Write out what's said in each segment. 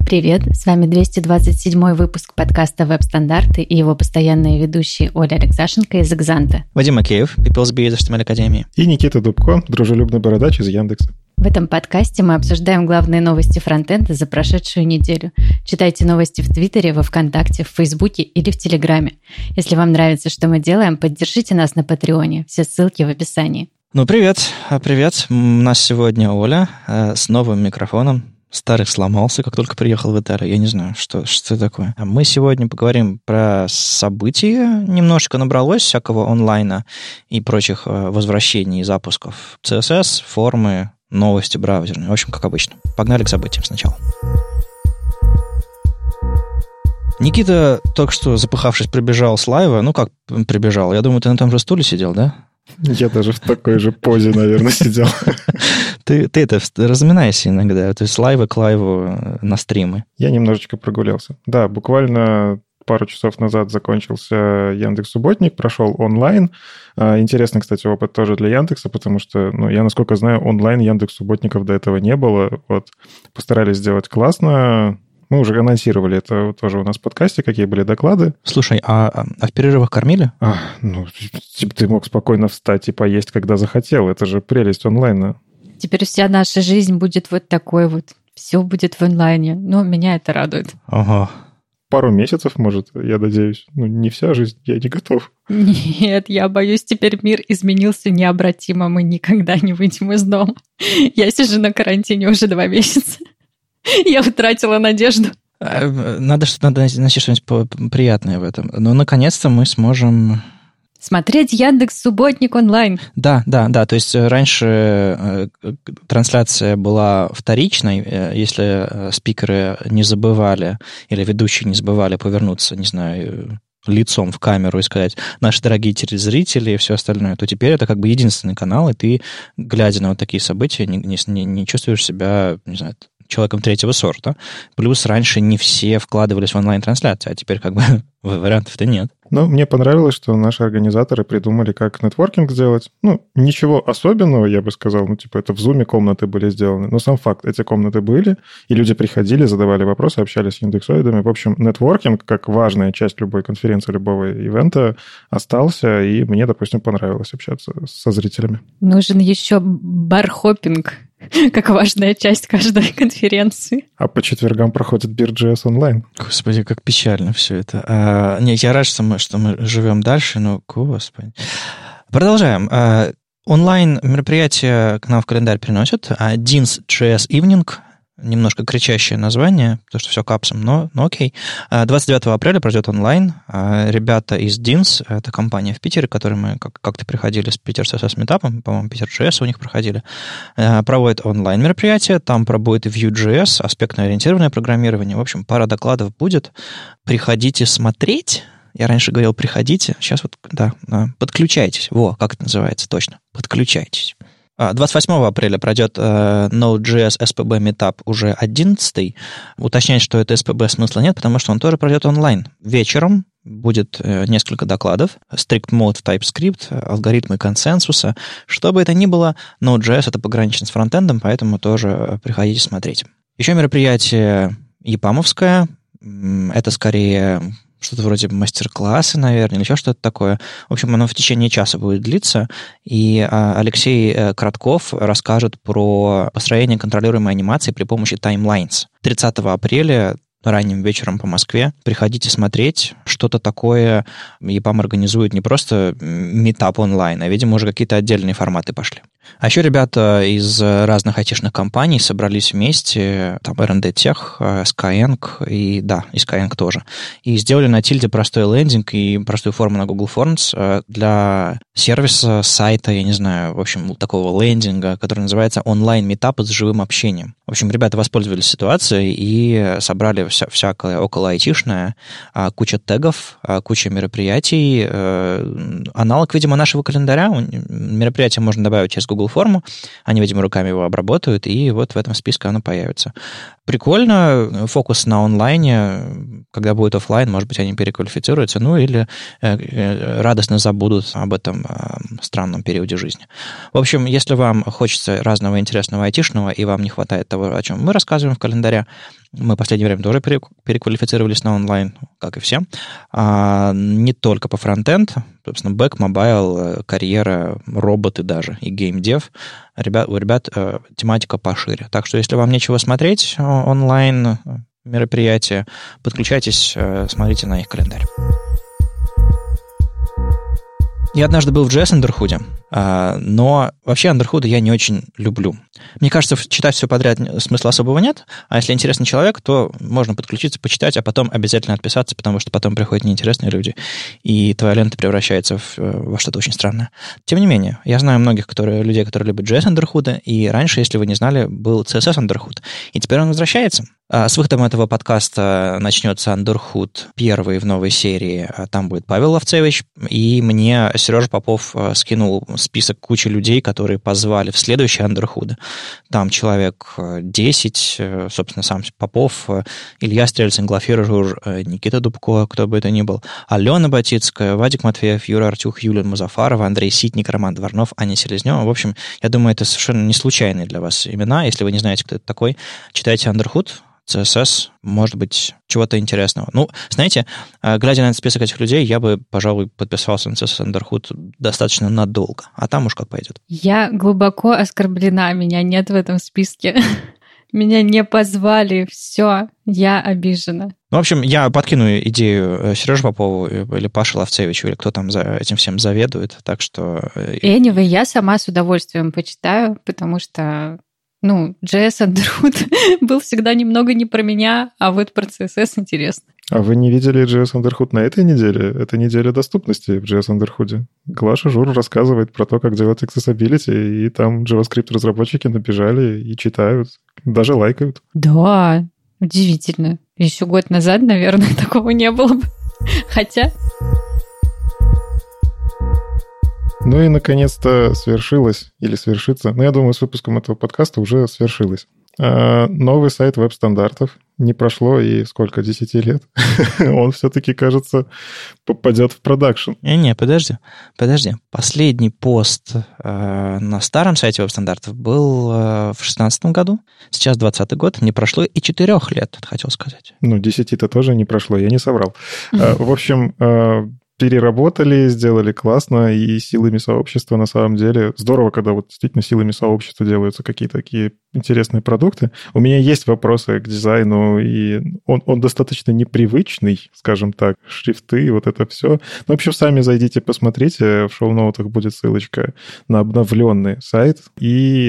Привет, с вами 227 выпуск подкаста «Веб-стандарты» и его постоянные ведущие Оля Алексашенко из Экзанта. Вадим Макеев, PeoplesBee из HTML Академии. И Никита Дубко, дружелюбный бородач из Яндекса. В этом подкасте мы обсуждаем главные новости фронтенда за прошедшую неделю. Читайте новости в Твиттере, во Вконтакте, в Фейсбуке или в Телеграме. Если вам нравится, что мы делаем, поддержите нас на Патреоне. Все ссылки в описании. Привет. У нас сегодня Оля с новым микрофоном. Старый сломался, как только приехал в Италию. Я не знаю, что такое. Мы сегодня поговорим про события. Немножечко набралось всякого онлайна и прочих возвращений и запусков. CSS, формы, новости браузерные. В общем, как обычно. Погнали к событиям сначала. Никита только что, запыхавшись, прибежал с лайва. Ну, как прибежал? Я думаю, ты на том же стуле сидел, да? Я даже в такой же позе, наверное, сидел. Ты разминайся иногда, то есть с лайва к лайву на стримы. Я немножечко прогулялся. Да, буквально пару часов назад закончился Яндекс.Субботник, прошел онлайн. Интересный, кстати, опыт тоже для Яндекса, потому что, я, насколько знаю, онлайн Яндекс.Субботников до этого не было. Постарались сделать классно. Мы уже анонсировали это тоже у нас в подкасте, какие были доклады. Слушай, а в перерывах кормили? Ты мог спокойно встать и поесть, когда захотел. Это же прелесть онлайна. Теперь вся наша жизнь будет вот такой вот. Все будет в онлайне. Меня это радует. Ага. Пару месяцев, может, я надеюсь. Не вся жизнь, я не готов. Нет, я боюсь, теперь мир изменился необратимо. Мы никогда не выйдем из дома. Я сижу на карантине уже 2 месяца. Я утратила надежду. Надо найти что-нибудь приятное в этом. Но, наконец-то, мы сможем... Смотреть Яндекс.Субботник онлайн. Да. То есть раньше трансляция была вторичной, если спикеры не забывали или ведущие не забывали повернуться, не знаю, лицом в камеру и сказать «наши дорогие телезрители» и все остальное, то теперь это как бы единственный канал, и ты, глядя на вот такие события, не чувствуешь себя, не знаю, человеком третьего сорта. Плюс раньше не все вкладывались в онлайн-трансляцию, а теперь как бы вариантов-то нет. Мне понравилось, что наши организаторы придумали, как нетворкинг сделать. Ничего особенного, я бы сказал. Это в Zoom комнаты были сделаны. Но сам факт, эти комнаты были, и люди приходили, задавали вопросы, общались с индексоидами. В общем, нетворкинг, как важная часть любой конференции, любого ивента, остался, и мне, допустим, понравилось общаться со зрителями. Нужен еще бархоппинг, как важная часть каждой конференции. А по четвергам проходит BeerJS онлайн. Господи, как печально все это. Я рад, что мы живем дальше, но, господи. Продолжаем. Онлайн-мероприятия к нам в календарь приносят. DINS.js Evening, немножко кричащее название, потому что все капсом, но окей. 29 апреля пройдет онлайн. Ребята из DINS, это компания в Питере, к которой мы как-то приходили с Питер CSS Meetup, по-моему, Питер.js у них проходили, проводят онлайн-мероприятие. Там пробует Vue.js, аспектно-ориентированное программирование. В общем, пара докладов будет. Приходите смотреть. Я раньше говорил, приходите. Сейчас подключайтесь. Как это называется точно. Подключайтесь. 28 апреля пройдет Node.js SPB Meetup уже 11-й. Уточнять, что это SPB, смысла нет, потому что он тоже пройдет онлайн. Вечером будет несколько докладов. Strict Mode в TypeScript, алгоритмы консенсуса. Что бы это ни было, Node.js — это погранично с фронтендом, поэтому тоже приходите смотреть. Еще мероприятие епамовское. Это скорее... что-то вроде мастер-класса, наверное, или еще что-то такое. В общем, оно в течение часа будет длиться, и Алексей Кратков расскажет про построение контролируемой анимации при помощи Timelines. 30 апреля ранним вечером по Москве. Приходите смотреть. Что-то такое EPAM организует, не просто митап онлайн, а, видимо, уже какие-то отдельные форматы пошли. А еще ребята из разных айтишных компаний собрались вместе, там R&D Tech, Skyeng и Skyeng тоже, и сделали на Тильде простой лендинг и простую форму на Google Forms для сервиса, сайта, я не знаю, в общем, такого лендинга, который называется онлайн-митап с живым общением. В общем, ребята воспользовались ситуацией и собрали всякое около айтишное, куча тегов, куча мероприятий, аналог, видимо, нашего календаря. Мероприятия можно добавить через Google Google форму, они, видимо, руками его обработают, и вот в этом списке оно появится. Прикольно, фокус на онлайне, когда будет офлайн, может быть, они переквалифицируются, ну или радостно забудут об этом странном периоде жизни. В общем, если вам хочется разного интересного айтишного, и вам не хватает того, о чем мы рассказываем в календаре, мы в последнее время тоже переквалифицировались на онлайн, как и все. Не только по фронтенд, собственно, бэк, мобайл, карьера, роботы даже и геймдев. У ребят тематика пошире. Так что, если вам нечего смотреть онлайн мероприятия, подключайтесь, смотрите на их календарь. Я однажды был в JS Underhood, но вообще Underhood я не очень люблю. Мне кажется, читать все подряд смысла особого нет, а если интересный человек, то можно подключиться, почитать, а потом обязательно отписаться, потому что потом приходят неинтересные люди, и твоя лента превращается во что-то очень странное. Тем не менее, я знаю многих людей, которые любят JS Underhood, и раньше, если вы не знали, был CSS Underhood, и теперь он возвращается. С выходом этого подкаста начнется Underhood первый в новой серии. Там будет Павел Ловцевич, и мне Сережа Попов скинул список кучи людей, которые позвали в следующий Underhood. Там человек 10, собственно, сам Попов, Илья Стрельцин, Глафира Жур, Никита Дубко, кто бы это ни был, Алена Батицкая, Вадик Матвеев, Юра Артюх, Юлия Музафарова, Андрей Ситник, Роман Дворнов, Аня Селезнева. В общем, я думаю, это совершенно не случайные для вас имена. Если вы не знаете, кто это такой, читайте Underhood. CSS, может быть, чего-то интересного. Ну, знаете, глядя на этот список этих людей, я бы, пожалуй, подписался на CSS Underhood достаточно надолго, а там уж как пойдет. Я глубоко оскорблена, меня нет в этом списке. Меня не позвали, все, я обижена. Ну, в общем, я подкину идею Сереже Попову или Паше Ловцевичу, или кто там за этим всем заведует, так что... Anyway, я сама с удовольствием почитаю, потому что... JS Underhood был всегда немного не про меня, а вот про CSS интересно. А вы не видели JS Underhood на этой неделе? Это неделя доступности в JS Underhood. Глаша Жур рассказывает про то, как делать accessibility, и там JavaScript-разработчики набежали и читают, даже лайкают. Да, удивительно. Еще год назад, наверное, такого не было бы. Хотя... Ну и, наконец-то, свершилось, или свершится, я думаю, с выпуском этого подкаста уже свершилось. Новый сайт веб-стандартов. Не прошло и сколько, 10 лет. Он все-таки, кажется, попадет в продакшн. Подожди. Последний пост на старом сайте веб-стандартов был в 2016 году. Сейчас 2020 год. Не прошло и 4 лет, хотел сказать. 10-то тоже не прошло, я не соврал. В общем... переработали, сделали классно, и силами сообщества на самом деле здорово, когда вот действительно силами сообщества делаются какие-то такие интересные продукты. У меня есть вопросы к дизайну, и он достаточно непривычный, скажем так, шрифты, вот это все. В общем, сами зайдите, посмотрите, в шоу-ноутах будет ссылочка на обновленный сайт. И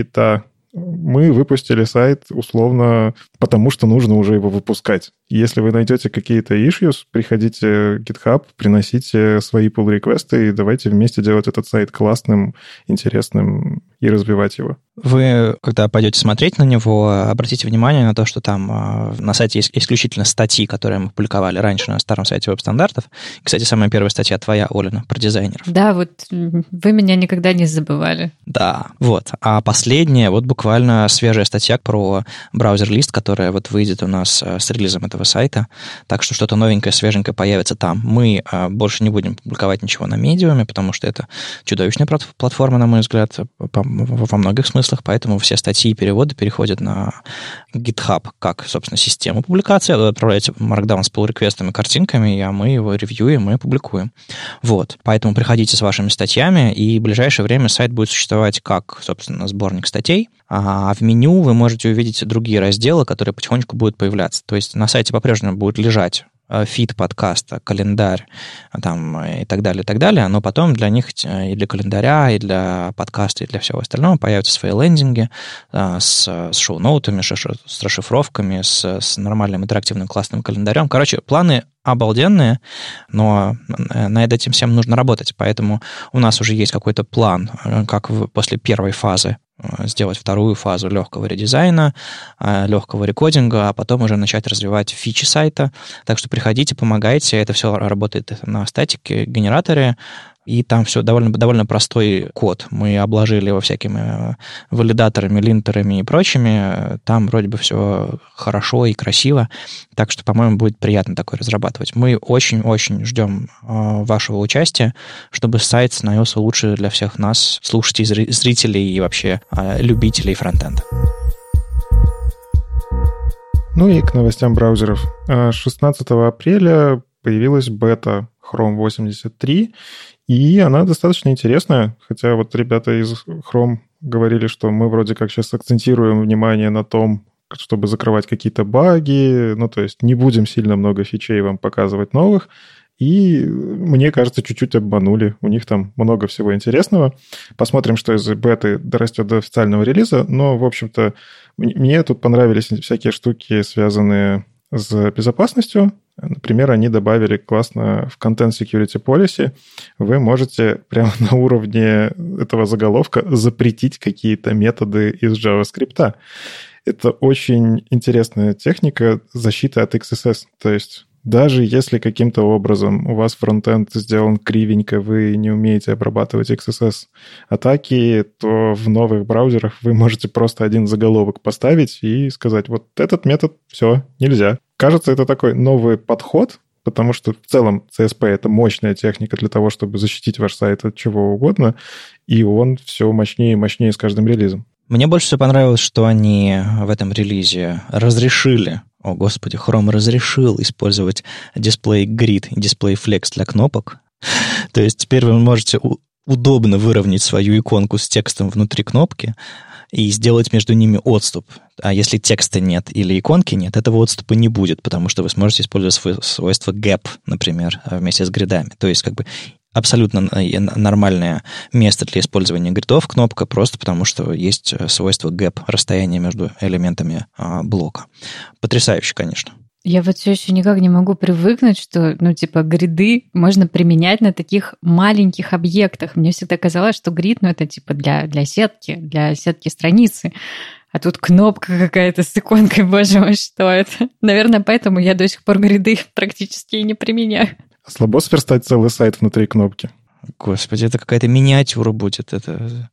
мы выпустили сайт условно, потому что нужно уже его выпускать. Если вы найдете какие-то issues, приходите в GitHub, приносите свои pull-реквесты и давайте вместе делать этот сайт классным, интересным и развивать его. Вы, когда пойдете смотреть на него, обратите внимание на то, что там на сайте есть исключительно статьи, которые мы публиковали раньше на старом сайте веб-стандартов. Кстати, самая первая статья твоя, Олина, про дизайнеров. Да, вот вы меня никогда не забывали. Да, вот. А последняя, вот буквально свежая статья про браузер-лист, которая вот выйдет у нас с релизом этого сайта. Так что что-то новенькое, свеженькое появится там. Мы больше не будем публиковать ничего на Medium, потому что это чудовищная платформа, на мой взгляд, во многих смыслах. Поэтому все статьи и переводы переходят на GitHub как, собственно, систему публикации. Вы отправляете Markdown с pull-реквестами, картинками, а мы его ревьюем и публикуем. Вот. Поэтому приходите с вашими статьями, и в ближайшее время сайт будет существовать как, собственно, сборник статей, а в меню вы можете увидеть другие разделы, которые потихонечку будут появляться. То есть на сайте по-прежнему будет лежать фид подкаста, календарь там, и так далее, но потом для них и для календаря, и для подкаста, и для всего остального появятся свои лендинги с шоу-ноутами, с расшифровками, с нормальным интерактивным классным календарем. Короче, планы обалденные, но над этим всем нужно работать, поэтому у нас уже есть какой-то план, как после первой фазы сделать вторую фазу легкого редизайна, легкого рекодинга, а потом уже начать развивать фичи сайта. Так что приходите, помогайте. Это все работает на статике, генераторе. и там все довольно простой код. Мы обложили его всякими валидаторами, линтерами и прочими. Там вроде бы все хорошо и красиво, так что, по-моему, будет приятно такое разрабатывать. Мы очень-очень ждем вашего участия, чтобы сайт становился лучше для всех нас, слушателей, зрителей и вообще любителей фронтенда. Ну и к новостям браузеров. 16 апреля появилась бета Chrome 83, и она достаточно интересная, хотя вот ребята из Chrome говорили, что мы вроде как сейчас акцентируем внимание на том, чтобы закрывать какие-то баги, ну то есть не будем сильно много фичей вам показывать новых, и, мне кажется, чуть-чуть обманули. У них там много всего интересного. Посмотрим, что из беты дорастет до официального релиза. Но, в общем-то, мне тут понравились всякие штуки, связанные с безопасностью. Например, они добавили классно в Content Security Policy. Вы можете прямо на уровне этого заголовка запретить какие-то методы из JavaScript. Это очень интересная техника защиты от XSS. То есть даже если каким-то образом у вас фронтенд сделан кривенько, вы не умеете обрабатывать XSS-атаки, то в новых браузерах вы можете просто один заголовок поставить и сказать, вот этот метод, все, нельзя. Кажется, это такой новый подход, потому что в целом CSP — это мощная техника для того, чтобы защитить ваш сайт от чего угодно, и он все мощнее и мощнее с каждым релизом. Мне больше всего понравилось, что они в этом релизе разрешили, Chrome разрешил использовать Display Grid и Display Flex для кнопок. То есть теперь вы можете удобно выровнять свою иконку с текстом внутри кнопки и сделать между ними отступ. А если текста нет или иконки нет, этого отступа не будет, потому что вы сможете использовать свойство gap, например, вместе с гридами. То есть как бы абсолютно нормальное место для использования гридов кнопка, просто потому что есть свойство gap, расстояние между элементами блока. Потрясающе, конечно. Я вот все еще никак не могу привыкнуть, что, гриды можно применять на таких маленьких объектах. Мне всегда казалось, что грид, это для сетки страницы. А тут кнопка какая-то с иконкой, боже мой, что это? Наверное, поэтому я до сих пор гриды практически и не применяю. Слабо сверстать целый сайт внутри кнопки. Господи, это какая-то миниатюра будет. Это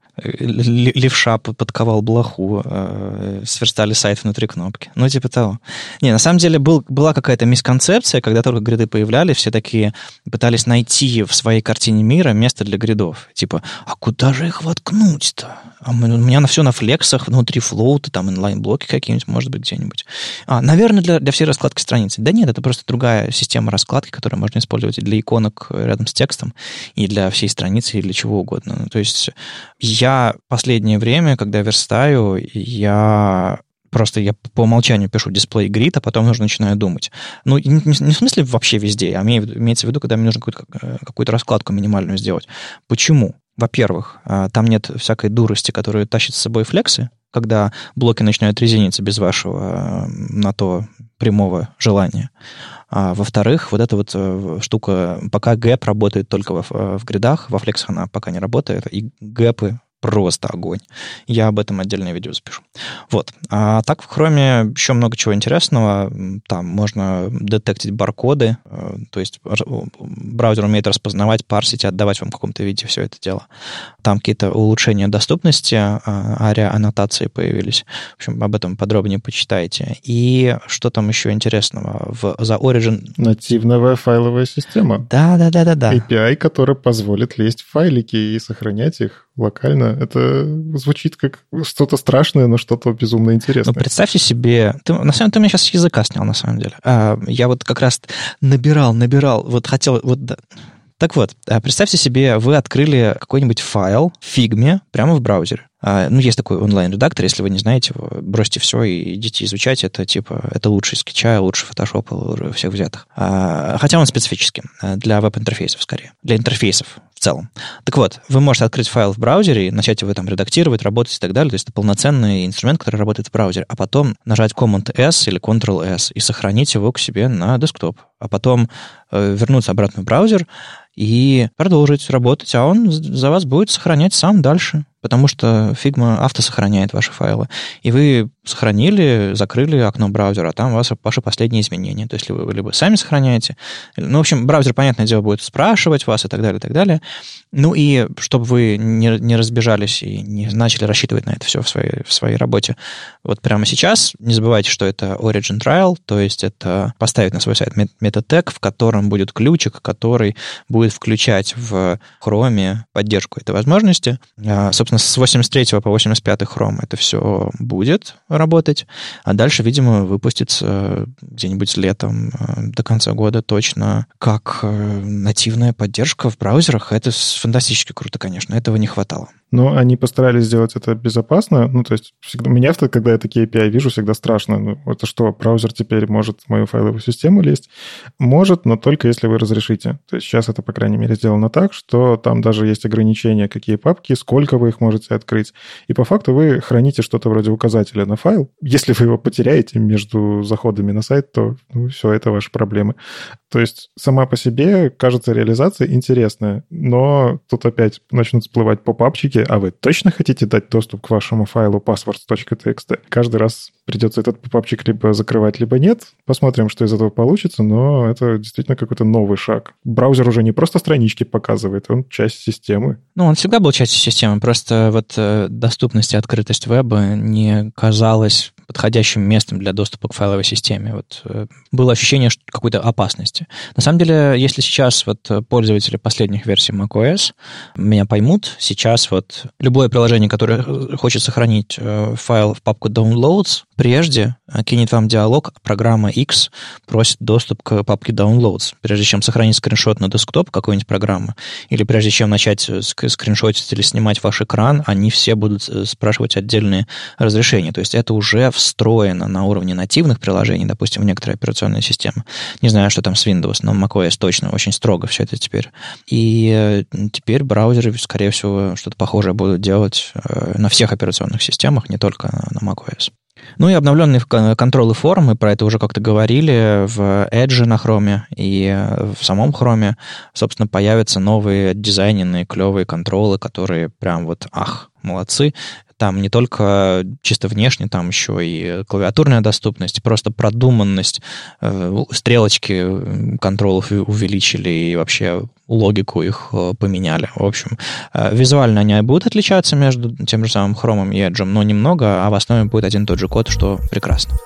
левша подковал блоху, сверстали сайт внутри кнопки. Того. Не, на самом деле была какая-то мисконцепция, когда только гриды появлялись, все такие пытались найти в своей картине мира место для гридов. А куда же их воткнуть-то? У меня все на флексах, внутри флоута, там инлайн-блоки какие-нибудь, может быть, где-нибудь. Наверное, для всей раскладки страницы. Да нет, это просто другая система раскладки, которую можно использовать и для иконок рядом с текстом, и для всей страницы, и для чего угодно. То есть я последнее время, когда верстаю, я по умолчанию пишу display grid, а потом уже начинаю думать. Не в смысле вообще везде, а имеется в виду, когда мне нужно какую-то раскладку минимальную сделать. Почему? Во-первых, там нет всякой дурости, которую тащит с собой флексы, когда блоки начинают резиниться без вашего на то прямого желания. А во-вторых, вот эта вот штука, пока гэп работает только в гридах, во флексах она пока не работает, и гэпы просто огонь. Я об этом отдельное видео запишу. Вот. А так в Chrome еще много чего интересного. Там можно детектить баркоды, то есть браузер умеет распознавать, парсить и отдавать вам в каком-то виде все это дело. Там какие-то улучшения доступности, ARIA-аннотации появились. В общем, об этом подробнее почитайте. И что там еще интересного? За Origin... Нативная файловая система. Да. API, который позволит лезть в файлики и сохранять их локально. Это звучит как что-то страшное, но что-то безумно интересное. Представьте себе... Ты меня сейчас с языка снял, на самом деле. Я вот как раз набирал, хотел... Так вот, представьте себе, вы открыли какой-нибудь файл в Figma прямо в браузере. Есть такой онлайн-редактор, если вы не знаете его, бросьте все и идите изучать. Это лучше скетча, лучше фотошопа, всех взятых. Хотя он специфический, для веб-интерфейсов скорее, для интерфейсов в целом. Так вот, вы можете открыть файл в браузере, начать его там редактировать, работать и так далее. То есть это полноценный инструмент, который работает в браузере. А потом нажать Command-S или Ctrl-S и сохранить его к себе на десктоп. А потом вернуться обратно в браузер и продолжить работать, а он за вас будет сохранять сам дальше, потому что Figma автосохраняет ваши файлы. И вы сохранили, закрыли окно браузера, а там у вас ваши последние изменения. То есть вы либо сами сохраняете, ну, в общем, браузер, понятное дело, будет спрашивать вас и так далее, и так далее. Ну, и чтобы вы не разбежались и не начали рассчитывать на это все в своей работе, вот прямо сейчас не забывайте, что это Origin Trial, то есть это поставить на свой сайт метатег, в котором будет ключик, который будет включать в Chrome поддержку этой возможности. Собственно, с 83 по 85 Chrome это все будет работать, а дальше, видимо, выпустится где-нибудь летом до конца года точно как нативная поддержка в браузерах. Это фантастически круто, конечно, этого не хватало. Но они постарались сделать это безопасно. Ну, то есть всегда, меня, когда я такие API вижу, всегда страшно. Ну, это что, браузер теперь может в мою файловую систему лезть? Может, но только если вы разрешите. То есть сейчас это, по крайней мере, сделано так, что там даже есть ограничения, какие папки, сколько вы их можете открыть. И по факту вы храните что-то вроде указателя на файл. Если вы его потеряете между заходами на сайт, то все, это ваши проблемы. То есть сама по себе, кажется, реализация интересная, но тут опять начнут всплывать попапчики, а вы точно хотите дать доступ к вашему файлу passwords.txt? Каждый раз придется этот попапчик либо закрывать, либо нет. Посмотрим, что из этого получится, но это действительно какой-то новый шаг. Браузер уже не просто странички показывает, он часть системы. Ну, он всегда был частью системы, просто вот доступность и открытость веба не казалась подходящим местом для доступа к файловой системе. Вот было ощущение какой-то опасности. На самом деле, если сейчас вот пользователи последних версий macOS меня поймут, сейчас вот любое приложение, которое хочет сохранить файл в папку Downloads, прежде кинет вам диалог, программа X просит доступ к папке Downloads, прежде чем сохранить скриншот на десктоп какой-нибудь программы, или прежде чем начать скриншотить или снимать ваш экран, они все будут спрашивать отдельные разрешения. То есть это уже встроено на уровне нативных приложений, допустим, в некоторые операционные системы. Не знаю, что там с Windows, но macOS точно очень строго все это теперь. И теперь браузеры, скорее всего, что-то похожее будут делать на всех операционных системах, не только на macOS. Ну и обновленные контролы форм, мы про это уже как-то говорили, в Edge на Chrome и в самом Chrome, собственно, появятся новые дизайненные клевые контролы, которые прям вот, молодцы. Там не только чисто внешне, там еще и клавиатурная доступность, просто продуманность, стрелочки контролов увеличили и вообще логику их поменяли. В общем, визуально они будут отличаться между тем же самым Chrome и Edge, но немного, а в основе будет один и тот же код, что прекрасно.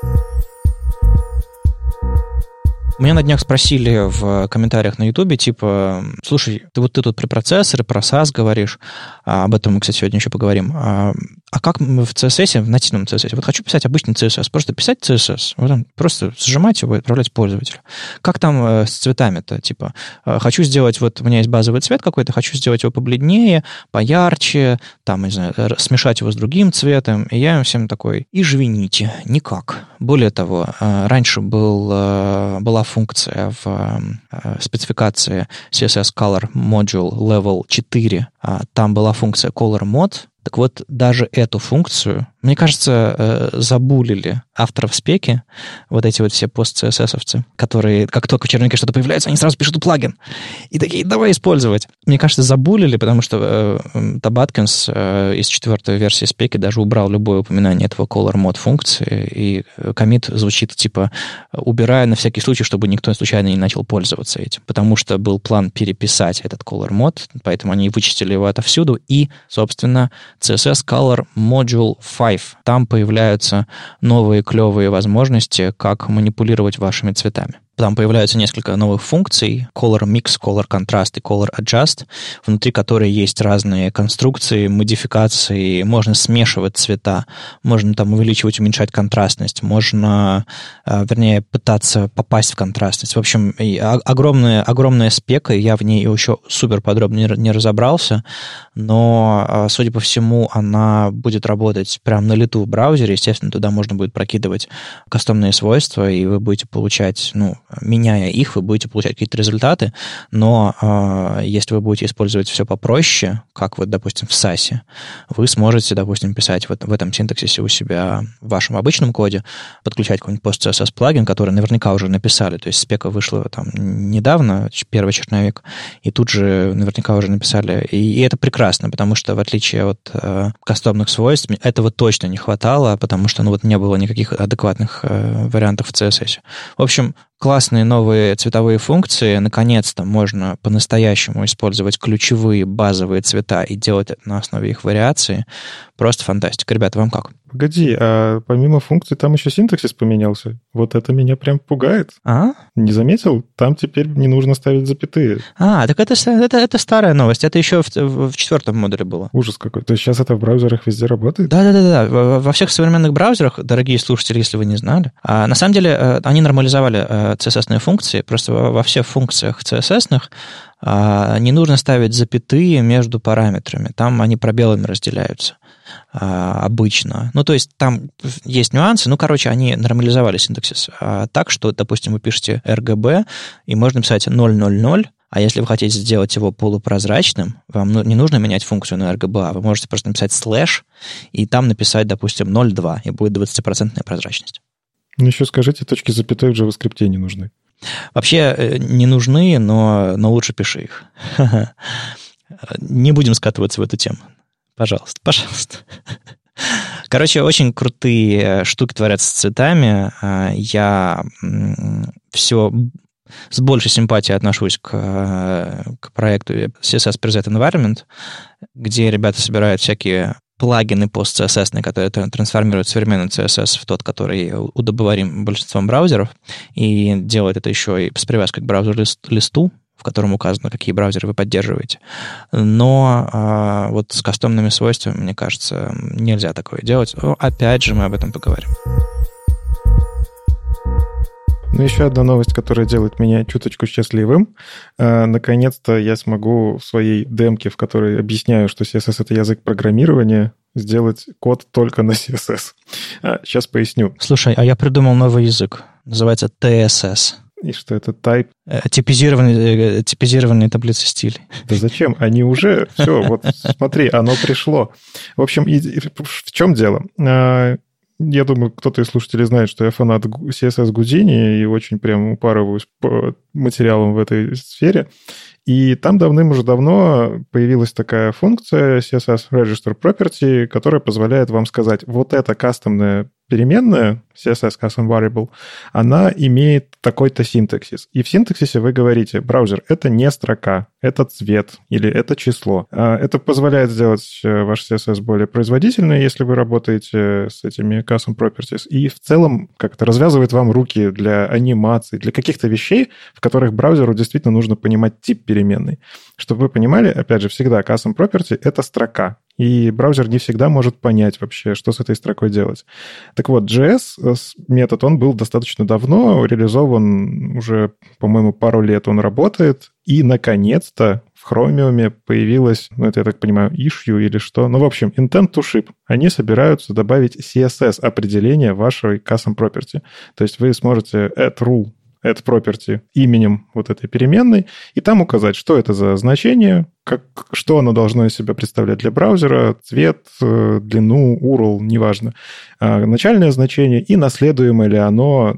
Меня на днях спросили в комментариях на Ютубе, типа, слушай, ты тут про процессоры, про SAS говоришь, об этом мы, кстати, сегодня еще поговорим. А как в CSS, в нативном CSS? Вот хочу писать обычный CSS, просто писать CSS, вот там, просто сжимать его и отправлять пользователю. Как там с цветами-то? Типа, хочу сделать, вот у меня есть базовый цвет какой-то, хочу сделать его побледнее, поярче, там, не знаю, смешать его с другим цветом, и я им всем такой, извините, никак. Более того, раньше была функция в спецификации CSS Color Module Level 4, там была функция Color Mode. Так вот, даже эту функцию, мне кажется, забулили авторов спеки, вот эти вот все пост-CSS-овцы, которые, как только в черновике что-то появляется, они сразу пишут плагин. И такие, давай использовать. Мне кажется, забулили, потому что Таб Аткинс из 4-й версии спеки даже убрал любое упоминание этого color mode функции, и коммит звучит типа, убирая на всякий случай, чтобы никто случайно не начал пользоваться этим. Потому что был план переписать этот color mode, поэтому они вычистили его отовсюду, и, собственно, CSS Color Module 5. Там появляются новые клевые возможности, как манипулировать вашими цветами. Там появляются несколько новых функций: Color Mix, Color Contrast и Color Adjust, внутри которой есть разные конструкции, модификации, можно смешивать цвета, можно там увеличивать, уменьшать контрастность, можно, вернее, пытаться попасть в контрастность. В общем, огромная спека, я в ней еще супер подробно не разобрался, но, судя по всему, она будет работать прямо на лету в браузере. Естественно, туда можно будет прокидывать кастомные свойства, и вы будете получать, меняя их, вы будете получать какие-то результаты, но если вы будете использовать все попроще, как вот, допустим, в SAS, вы сможете, допустим, писать в этом синтаксисе у себя в вашем обычном коде, подключать какой-нибудь PostCSS-плагин, который наверняка уже написали, то есть спека вышла там недавно, первый черновик, и тут же наверняка уже написали. И это прекрасно, потому что в отличие от кастомных свойств, этого точно не хватало, потому что не было никаких адекватных вариантов в CSS. В общем, классные новые цветовые функции. Наконец-то можно по-настоящему использовать ключевые базовые цвета и делать это на основе их вариации. Просто фантастика. Ребята, вам как? Погоди, а помимо функций там еще синтаксис поменялся? Вот это меня прям пугает. Не заметил? Там теперь не нужно ставить запятые. Так это старая новость. Это еще в 4 модуле было. Ужас какой. То есть сейчас это в браузерах везде работает? Да. Во всех современных браузерах, дорогие слушатели, если вы не знали, на самом деле они нормализовали CSS-ные функции. Просто во всех функциях CSS-ных не нужно ставить запятые между параметрами. Там они пробелами разделяются обычно. То есть там есть нюансы. Они нормализовали синтаксис так, что, допустим, вы пишете RGB, и можно писать 000, а если вы хотите сделать его полупрозрачным, вам не нужно менять функцию на RGB, вы можете просто написать слэш, и там написать, допустим, 0.2, и будет 20% прозрачность. Еще скажите, точки запятой в JavaScript не нужны. Вообще не нужны, но лучше пиши их. Не будем скатываться в эту тему. Пожалуйста. Короче, очень крутые штуки творятся с цветами. Я все с большей симпатией отношусь к проекту CSS Preset Environment, где ребята собирают всякие плагины post-CSS, которые трансформируют современный CSS в тот, который удобоварим большинством браузеров, и делают это еще и с привязкой к браузер-листу, в котором указано, какие браузеры вы поддерживаете. Но вот с кастомными свойствами, мне кажется, нельзя такое делать. Опять же, мы об этом поговорим. Еще одна новость, которая делает меня чуточку счастливым. Наконец-то я смогу в своей демке, в которой объясняю, что CSS — это язык программирования, сделать код только на CSS. Сейчас поясню. Слушай, а я придумал новый язык. Называется TSS. И что это type? Типизированные таблицы стилей. Да зачем? Они уже... Все, вот смотри, оно пришло. В общем, в чем дело? Я думаю, кто-то из слушателей знает, что я фанат CSS Houdini и очень прям упарываюсь по материалам в этой сфере. И там уже давно появилась такая функция CSS Register Property, которая позволяет вам сказать, вот эта кастомная переменная, CSS Custom Variable, она имеет такой-то синтаксис. И в синтаксисе вы говорите, браузер, это не строка, это цвет или это число. Это позволяет сделать ваш CSS более производительным, если вы работаете с этими Custom Properties. И в целом как-то развязывает вам руки для анимаций, для каких-то вещей, в которых браузеру действительно нужно понимать тип переменной. Чтобы вы понимали, опять же, всегда Custom Property — это строка. И браузер не всегда может понять вообще, что с этой строкой делать. Так вот, JS-метод, он был достаточно давно, реализован уже, по-моему, пару лет он работает. И, наконец-то, в Chromium появилась, это, я так понимаю, issue или что. В общем, intent to ship. Они собираются добавить CSS-определение вашей custom property. То есть вы сможете add rule, add property именем вот этой переменной, и там указать, что это за значение, что оно должно из себя представлять для браузера, цвет, длину, URL, неважно, начальное значение и наследуемое ли оно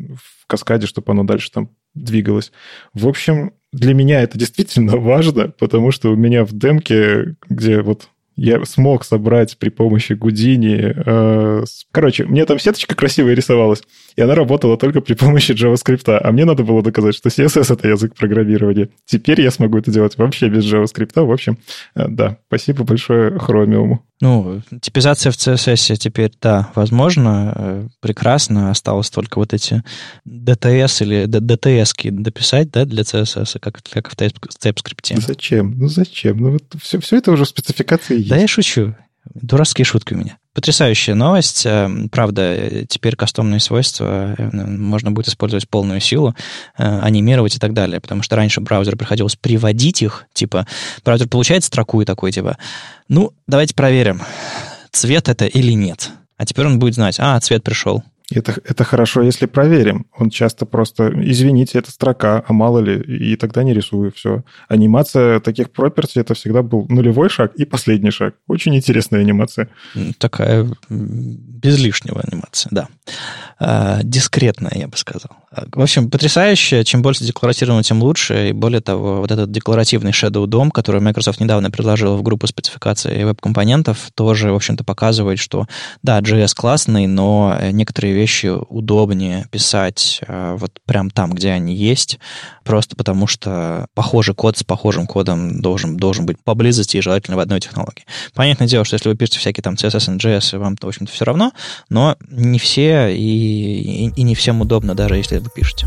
в каскаде, чтобы оно дальше там двигалось. В общем, для меня это действительно важно, потому что у меня в демке, где вот я смог собрать при помощи Houdini... Короче, мне там сеточка красивая рисовалась, и она работала только при помощи JavaScript. А мне надо было доказать, что CSS — это язык программирования. Теперь я смогу это делать вообще без JavaScript. В общем, да, спасибо большое Chromium. Типизация в CSS теперь, да, возможно, прекрасно. Осталось только вот эти DTS или DTS-ки дописать, да, для CSS, как в TypeScript. Зачем? Вот все это уже в спецификации есть. Да я шучу. Дурацкие шутки у меня. Потрясающая новость. Правда, теперь кастомные свойства можно будет использовать в полную силу, анимировать и так далее. Потому что раньше браузеру приходилось приводить их. Типа, браузер получает строку и такой, типа, давайте проверим, цвет это или нет. А теперь он будет знать, цвет пришел. Это хорошо, если проверим. Он часто просто, извините, это строка, а мало ли, и тогда не рисую, все. Анимация таких property — это всегда был нулевой шаг и последний шаг. Очень интересная анимация. Такая без лишнего анимация, да. Дискретная, я бы сказал. В общем, потрясающе. Чем больше декларативного, тем лучше. И более того, вот этот декларативный Shadow DOM, который Microsoft недавно предложила в группу спецификаций веб-компонентов, тоже, в общем-то, показывает, что, да, JS классный, но некоторые вещи удобнее писать вот прям там, где они есть, просто потому что похожий код с похожим кодом должен быть поблизости и желательно в одной технологии. Понятное дело, что если вы пишете всякие там CSS и JS, вам, в общем-то, все равно, но не все и не всем удобно, даже если вы пишете.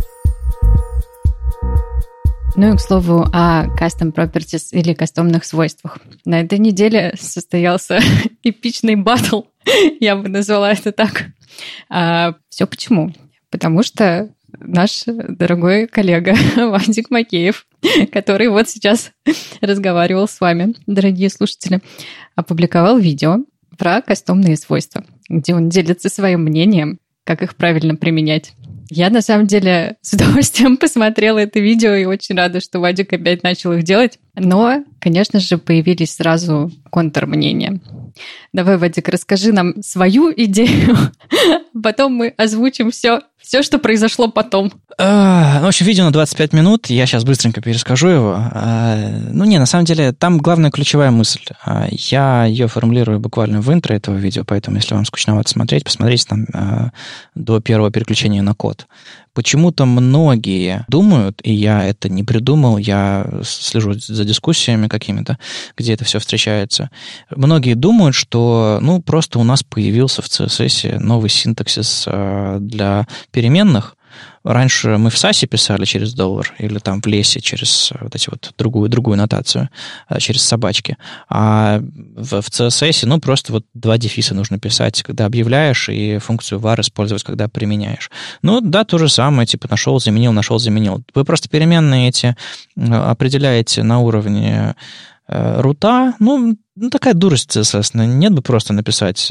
Ну и, к слову, о custom properties или кастомных свойствах. На этой неделе состоялся эпичный баттл, я бы назвала это так. Все почему? Потому что наш дорогой коллега Вадик Макеев, который вот сейчас разговаривал с вами, дорогие слушатели, опубликовал видео про кастомные свойства, где он делится своим мнением, как их правильно применять. Я, на самом деле, с удовольствием посмотрела это видео и очень рада, что Вадик опять начал их делать. Но, конечно же, появились сразу контрмнения. Давай, Вадик, расскажи нам свою идею, потом мы озвучим все, что произошло потом. В общем, видео на 25 минут, я сейчас быстренько перескажу его. На самом деле, там главная ключевая мысль. Я ее формулирую буквально в интро этого видео, поэтому, если вам скучновато смотреть, посмотрите там до первого переключения на код. Почему-то многие думают, и я это не придумал, я слежу за дискуссиями какими-то, где это все встречается. Многие думают, что просто у нас появился в CSS новый синтаксис для переменных. Раньше мы в SAS писали через $, или там в лесе через вот эти вот другую нотацию, через собачки. А в CSS, просто вот 2 дефиса нужно писать, когда объявляешь, и функцию var использовать, когда применяешь. Да, то же самое, типа нашел, заменил. Вы просто переменные эти определяете на уровне рута, такая дурость, естественно. Нет бы просто написать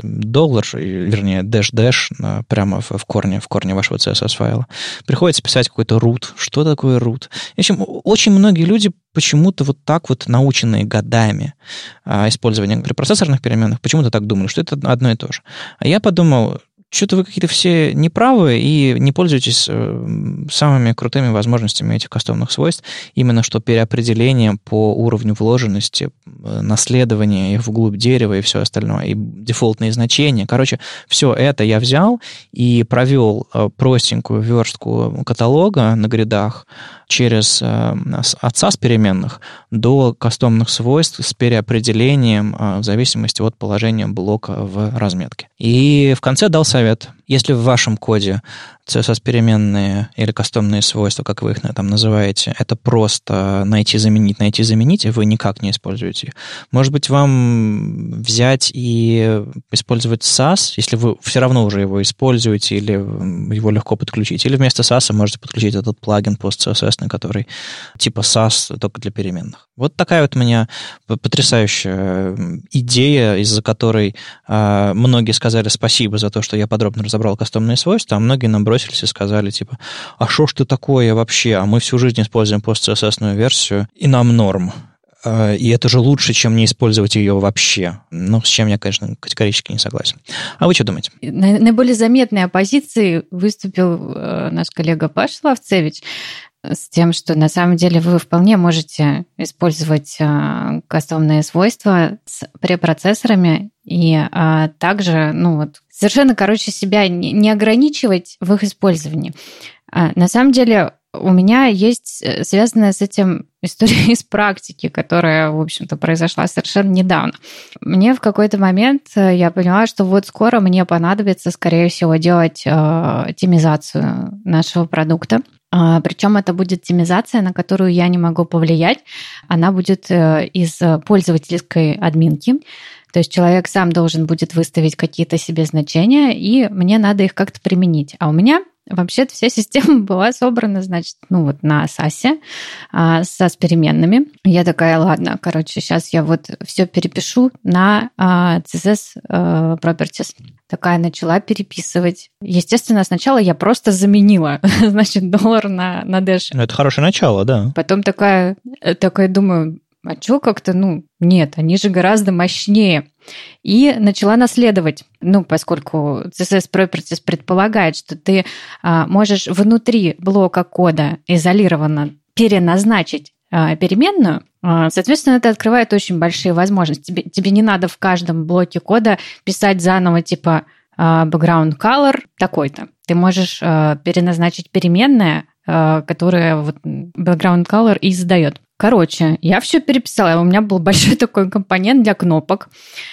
$, прямо в корне вашего CSS-файла. Приходится писать какой-то root. Что такое root? В общем, очень многие люди почему-то вот так вот, наученные годами использования препроцессорных переменных, почему-то так думали, что это одно и то же. А я подумал, что-то вы какие-то все неправы и не пользуетесь самыми крутыми возможностями этих кастомных свойств, именно что переопределением по уровню вложенности, наследования их вглубь дерева и все остальное, и дефолтные значения. Короче, все это я взял и провел простенькую верстку каталога на гридах через от SAS переменных до кастомных свойств с переопределением в зависимости от положения блока в разметке. И в конце дал совет. Если в вашем коде CSS-переменные или кастомные свойства, как вы их там называете, это просто найти-заменить, и вы никак не используете их. Может быть, вам взять и использовать SAS, если вы все равно уже его используете, или его легко подключить, или вместо SAS можете подключить этот плагин PostCSS, который типа SAS, только для переменных. Вот такая вот у меня потрясающая идея, из-за которой многие сказали спасибо за то, что я подробно разобрал кастомные свойства, а многие нам бросились и сказали, типа, а что ж ты такое вообще? А мы всю жизнь используем PostCSS-ную версию, и нам норм. И это же лучше, чем не использовать ее вообще. С чем я, конечно, категорически не согласен. А вы что думаете? Наиболее заметной оппозицией выступил наш коллега Паша Славцевич с тем, что на самом деле вы вполне можете использовать кастомные свойства с препроцессорами и также, совершенно, себя не ограничивать в их использовании. На самом деле у меня есть связанная с этим история из практики, которая, в общем-то, произошла совершенно недавно. Мне в какой-то момент я поняла, что вот скоро мне понадобится, скорее всего, делать темизацию нашего продукта. Причем это будет темизация, на которую я не могу повлиять. Она будет из пользовательской админки. То есть человек сам должен будет выставить какие-то себе значения, и мне надо их как-то применить. А у меня вообще-то вся система была собрана, на SAS, с SAS-переменными. Я такая, ладно, сейчас я вот все перепишу на CSS Properties. Такая начала переписывать. Естественно, сначала я просто заменила, значит, доллар на Dash. Это хорошее начало, да. Потом такая думаю, а что как-то, нет, они же гораздо мощнее. И начала наследовать. Поскольку CSS Properties предполагает, что ты можешь внутри блока кода изолированно переназначить переменную, соответственно, это открывает очень большие возможности. Тебе не надо в каждом блоке кода писать заново, типа background color такой-то. Ты можешь переназначить переменное, которая вот background color и задает. Короче, я все переписала. У меня был большой такой компонент для кнопок.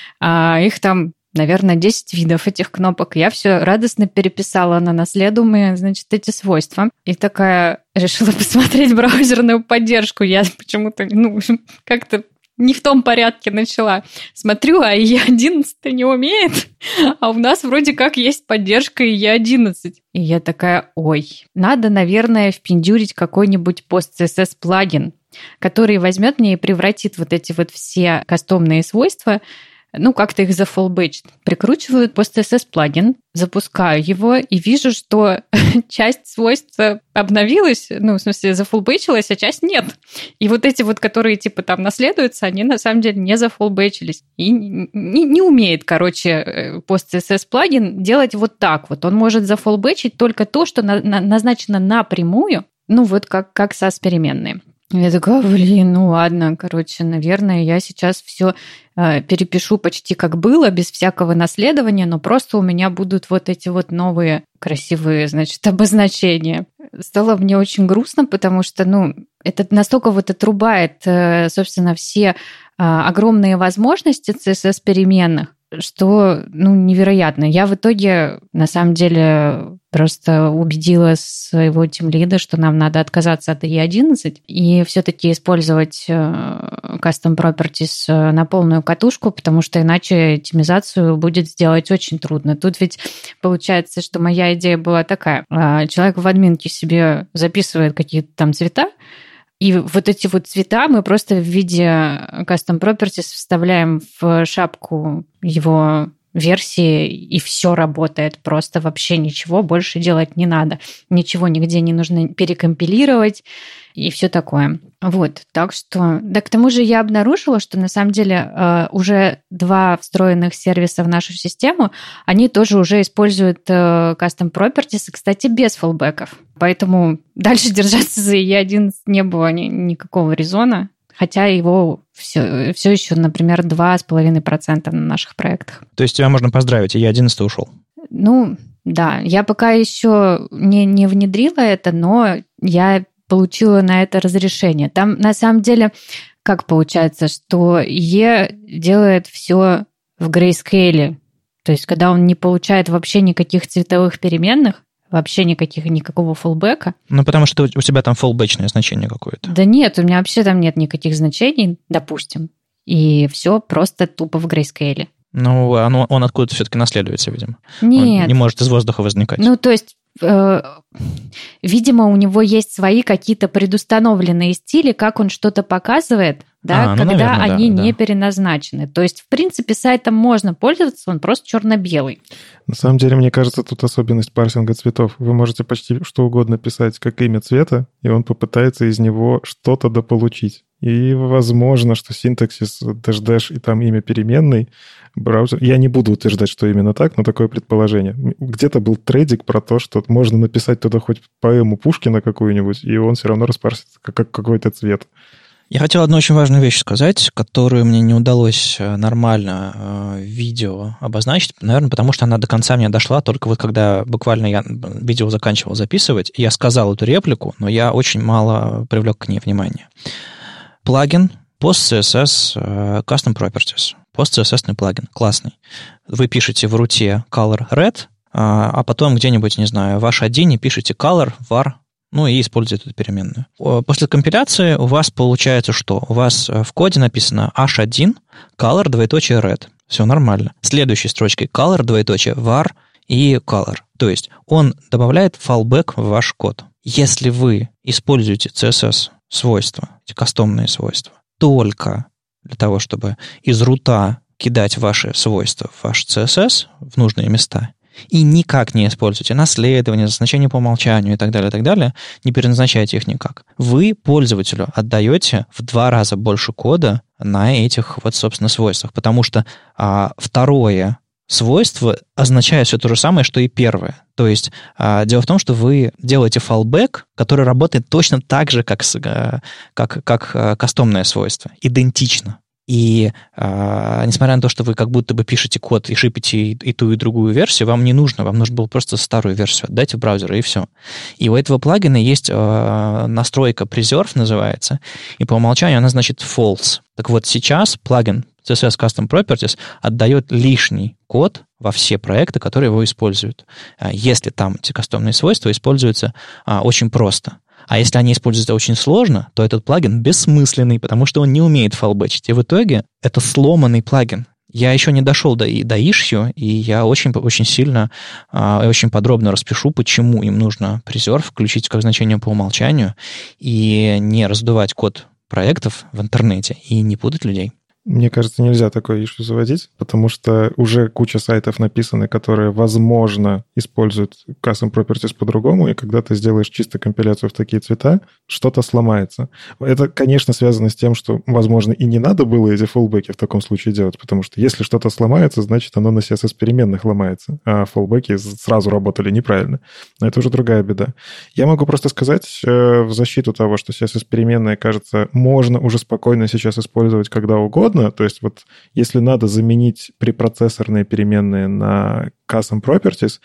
Их там, наверное, 10 видов этих кнопок. Я все радостно переписала на наследуемые, значит, эти свойства. И такая решила посмотреть браузерную поддержку. Я почему-то, как-то не в том порядке начала. Смотрю, а E11 не умеет, а у нас вроде как есть поддержка E11. И я такая, надо, наверное, впендюрить какой-нибудь post-CSS плагин, который возьмет мне и превратит вот эти вот все кастомные свойства, как-то их зафоллбэчит. Прикручиваю post-CSS плагин, запускаю его и вижу, что часть свойств обновилась, в смысле зафоллбэчилась, а часть нет. И вот эти вот, которые типа там наследуются, они на самом деле не зафоллбэчились. И не умеет, post-CSS плагин делать вот так вот. Он может зафоллбэчить только то, что назначено напрямую, как SAS-переменные. Я такая, ладно, наверное, я сейчас все перепишу почти как было, без всякого наследования, но просто у меня будут вот эти вот новые красивые, значит, обозначения. Стало мне очень грустно, потому что, это настолько вот отрубает, собственно, все огромные возможности CSS-переменных, что, невероятно. Я в итоге, на самом деле, просто убедила своего тимлида, что нам надо отказаться от E11 и все-таки использовать Custom Properties на полную катушку, потому что иначе оптимизацию будет сделать очень трудно. Тут ведь получается, что моя идея была такая. Человек в админке себе записывает какие-то там цвета, и вот эти вот цвета мы просто в виде Custom Properties вставляем в шапку его версии, и все работает. Просто вообще ничего больше делать не надо. Ничего нигде не нужно перекомпилировать и все такое. Так что... Да, к тому же я обнаружила, что на самом деле уже 2 встроенных сервиса в нашу систему, они тоже уже используют Custom Properties, и, кстати, без фоллбэков. Поэтому дальше держаться за E11 не было никакого резона. Хотя его все еще, например, 2,5% на наших проектах. То есть тебя можно поздравить, и E11 ушел? Да. Я пока еще не внедрила это, но я получила на это разрешение. Там, на самом деле, как получается, что делает все в грейскейле. То есть, когда он не получает вообще никаких цветовых переменных, вообще никакого фоллбэка. Потому что у тебя там фоллбэчное значение какое-то. Да нет, у меня вообще там нет никаких значений, допустим. И все просто тупо в грейскейле. Он откуда-то все-таки наследуется, видимо. Нет. Он не может из воздуха возникать. То есть, видимо, у него есть свои какие-то предустановленные стили, как он что-то показывает, когда наверное, они не переназначены. То есть, в принципе, сайтом можно пользоваться, он просто черно-белый. На самом деле, мне кажется, тут особенность парсинга цветов. Вы можете почти что угодно писать как имя цвета, и он попытается из него что-то дополучить. И возможно, что синтаксис dash и там имя переменной браузер... Я не буду утверждать, что именно так, но такое предположение. Где-то был трейдик про то, что можно написать туда хоть поэму Пушкина какую-нибудь, и он все равно распарсит как какой-то цвет. Я хотел одну очень важную вещь сказать, которую мне не удалось нормально в видео обозначить, наверное, потому что она до конца мне дошла только вот когда буквально я видео заканчивал записывать, я сказал эту реплику, но я очень мало привлек к ней внимания. Плагин PostCSS Custom Properties. PostCSS плагин. Классный. Вы пишете в руте color red, а потом где-нибудь, не знаю, в H1 пишете color var, и используете эту переменную. После компиляции у вас получается что? У вас в коде написано H1 color _red. Все нормально. Следующей строчкой color var и color. То есть он добавляет fallback в ваш код. Если вы используете CSS свойства, эти кастомные свойства, только для того, чтобы из рута кидать ваши свойства в ваш CSS в нужные места и никак не используйте наследование, значение по умолчанию и так далее, не переназначайте их никак. Вы пользователю отдаете в 2 раза больше кода на этих вот, собственно, свойствах, потому что второе свойство означает все то же самое, что и первое. То есть дело в том, что вы делаете fallback, который работает точно так же, как кастомное свойство, идентично. И несмотря на то, что вы как будто бы пишете код и шипите и ту, и другую версию, вам не нужно. Вам нужно было просто старую версию отдать в браузер, и все. И у этого плагина есть настройка Preserve, называется, и по умолчанию она значит false. Так вот, сейчас плагин CSS Custom Properties отдает лишний код во все проекты, которые его используют. Если там эти кастомные свойства используются очень просто. А если они используются очень сложно, то этот плагин бессмысленный, потому что он не умеет фалбэчить. И в итоге это сломанный плагин. Я еще не дошел до issue, и я очень сильно и очень подробно распишу, почему им нужно Preserve включить как значение по умолчанию и не раздувать код проектов в интернете и не путать людей. Мне кажется, нельзя такое issue заводить, потому что уже куча сайтов написаны, которые, возможно, используют custom properties по-другому, и когда ты сделаешь чисто компиляцию в такие цвета, что-то сломается. Это, конечно, связано с тем, что, возможно, и не надо было эти фоллбеки в таком случае делать, потому что если что-то сломается, значит, оно на CSS-переменных ломается, а фоллбеки сразу работали неправильно. Но это уже другая беда. Я могу просто сказать в защиту того, что CSS-переменные, кажется, можно уже спокойно сейчас использовать когда угодно. То есть вот если надо заменить препроцессорные переменные на custom properties,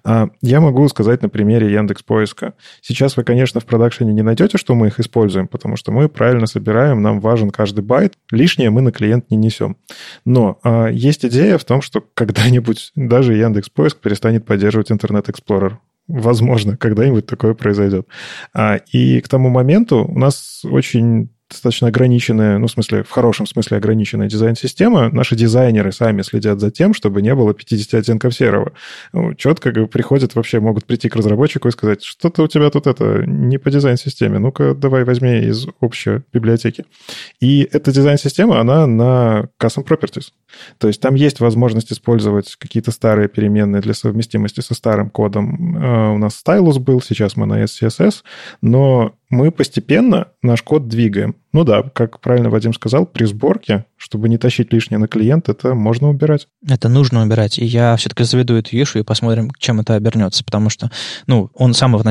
я могу сказать на примере Яндекс.Поиска. Сейчас вы, конечно, в продакшене не найдете, что мы их используем, потому что мы правильно собираем, нам важен каждый байт, лишнее мы на клиент не несем. Но есть идея в том, что когда-нибудь даже Яндекс.Поиск перестанет поддерживать Internet Explorer. Возможно, когда-нибудь такое произойдет. И к тому моменту у нас очень достаточно ограниченная, ну, в смысле, в хорошем смысле ограниченная дизайн-система. Наши дизайнеры сами следят за тем, чтобы не было 50 оттенков серого. Ну, четко приходят, вообще могут прийти к разработчику и сказать, что-то у тебя тут не по дизайн-системе, ну-ка давай возьми из общей библиотеки. И эта дизайн-система, она на custom properties. То есть там есть возможность использовать какие-то старые переменные для совместимости со старым кодом. У нас stylus был, сейчас мы на SCSS, но мы постепенно наш код двигаем. Ну да, как правильно Вадим сказал, при сборке, чтобы не тащить лишнее на клиент, это можно убирать. Это нужно убирать. И я все-таки заведу эту issue и посмотрим, чем это обернется. Потому что он с самого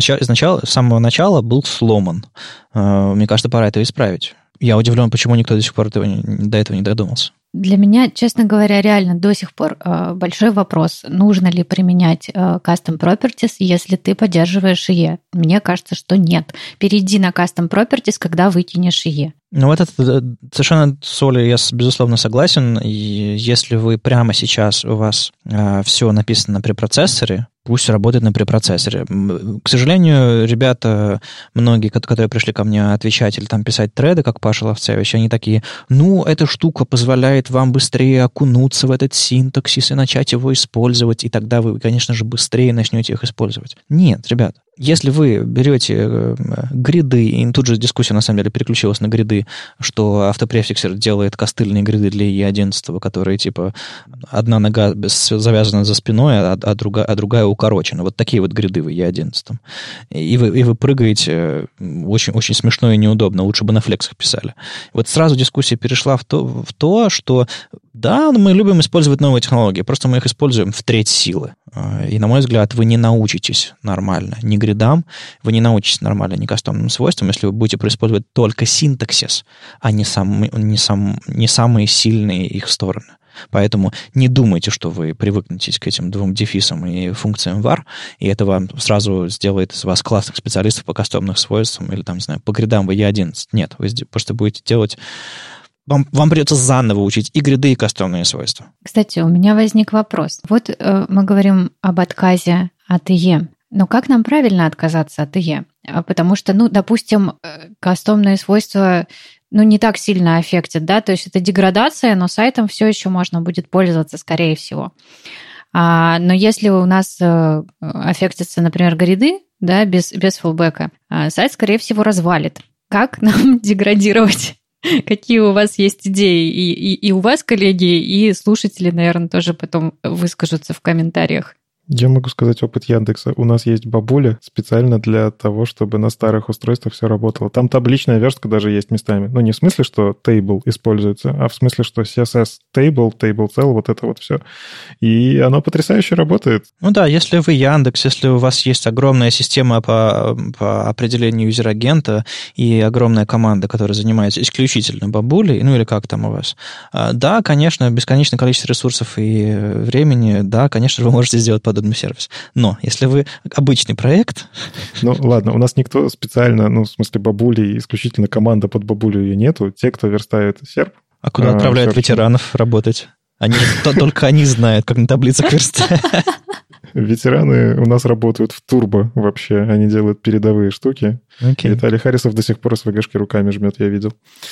начала был сломан. Мне кажется, пора это исправить. Я удивлен, почему никто до сих пор до этого не додумался. Для меня, честно говоря, реально до сих пор большой вопрос, нужно ли применять Custom Properties, если ты поддерживаешь IE. Мне кажется, что нет. Перейди на Custom Properties, когда выкинешь IE. Ну, вот это совершенно с Олей я, безусловно, согласен. И если вы прямо сейчас, у вас все написано на препроцессоре, пусть работает на препроцессоре. К сожалению, ребята, многие, которые пришли ко мне отвечать или там писать треды, как Паша Ловцевич, они такие, эта штука позволяет вам быстрее окунуться в этот синтаксис и начать его использовать, и тогда вы, конечно же, быстрее начнете их использовать. Нет, ребят, если вы берете гриды, и тут же дискуссия, на самом деле, переключилась на гриды, что автопрефиксер делает костыльные гриды для E11, которые, типа, одна нога завязана за спиной, а другая укорочена. Вот такие вот гриды в E11. И вы прыгаете очень, очень смешно и неудобно. Лучше бы на флексах писали. Вот сразу дискуссия перешла в то, что да, мы любим использовать новые технологии, просто мы их используем в треть силы. И, на мой взгляд, вы не научитесь нормально ни гридам, вы не научитесь нормально ни кастомным свойствам, если вы будете использовать только синтаксис, а не самые сильные их стороны. Поэтому не думайте, что вы привыкнетесь к этим двум дефисам и функциям var, и это вам сразу сделает из вас классных специалистов по кастомным свойствам или, там, не знаю, по гридам в E11. Нет, вы просто будете делать... Вам придется заново учить и гриды, и кастомные свойства. Кстати, у меня возник вопрос. Вот мы говорим об отказе от IE. Но как нам правильно отказаться от IE? Потому что, допустим, кастомные свойства не так сильно аффектят, да, то есть это деградация, но сайтом все еще можно будет пользоваться, скорее всего. Но если у нас аффектятся, например, гриды, да, без фуллбэка, сайт, скорее всего, развалит. Как нам деградировать какие у вас есть идеи. И у вас, коллеги, и слушатели, наверное, тоже потом выскажутся в комментариях. Я могу сказать опыт Яндекса. У нас есть бабуля специально для того, чтобы на старых устройствах все работало. Там табличная верстка даже есть местами. Ну, не в смысле, что table используется, а в смысле, что CSS table cell, вот это вот все. И оно потрясающе работает. Ну да, если вы Яндекс, если у вас есть огромная система по определению юзер-агента и огромная команда, которая занимается исключительно бабулей, ну или как там у вас, да, конечно, бесконечное количество ресурсов и времени, да, конечно, вы можете сделать подобный сервис. Но если вы обычный проект... Ну, ладно, у нас никто специально, ну, в смысле, бабули, исключительно команда под бабулю ее нету. Те, кто верстает серп... А куда отправляют ветеранов работать? Только они знают, как на таблицах верстать. Ветераны у нас работают в турбо вообще. Они делают передовые штуки. Okay. Виталий Харисов до сих пор СВГшки руками жмет, я видел.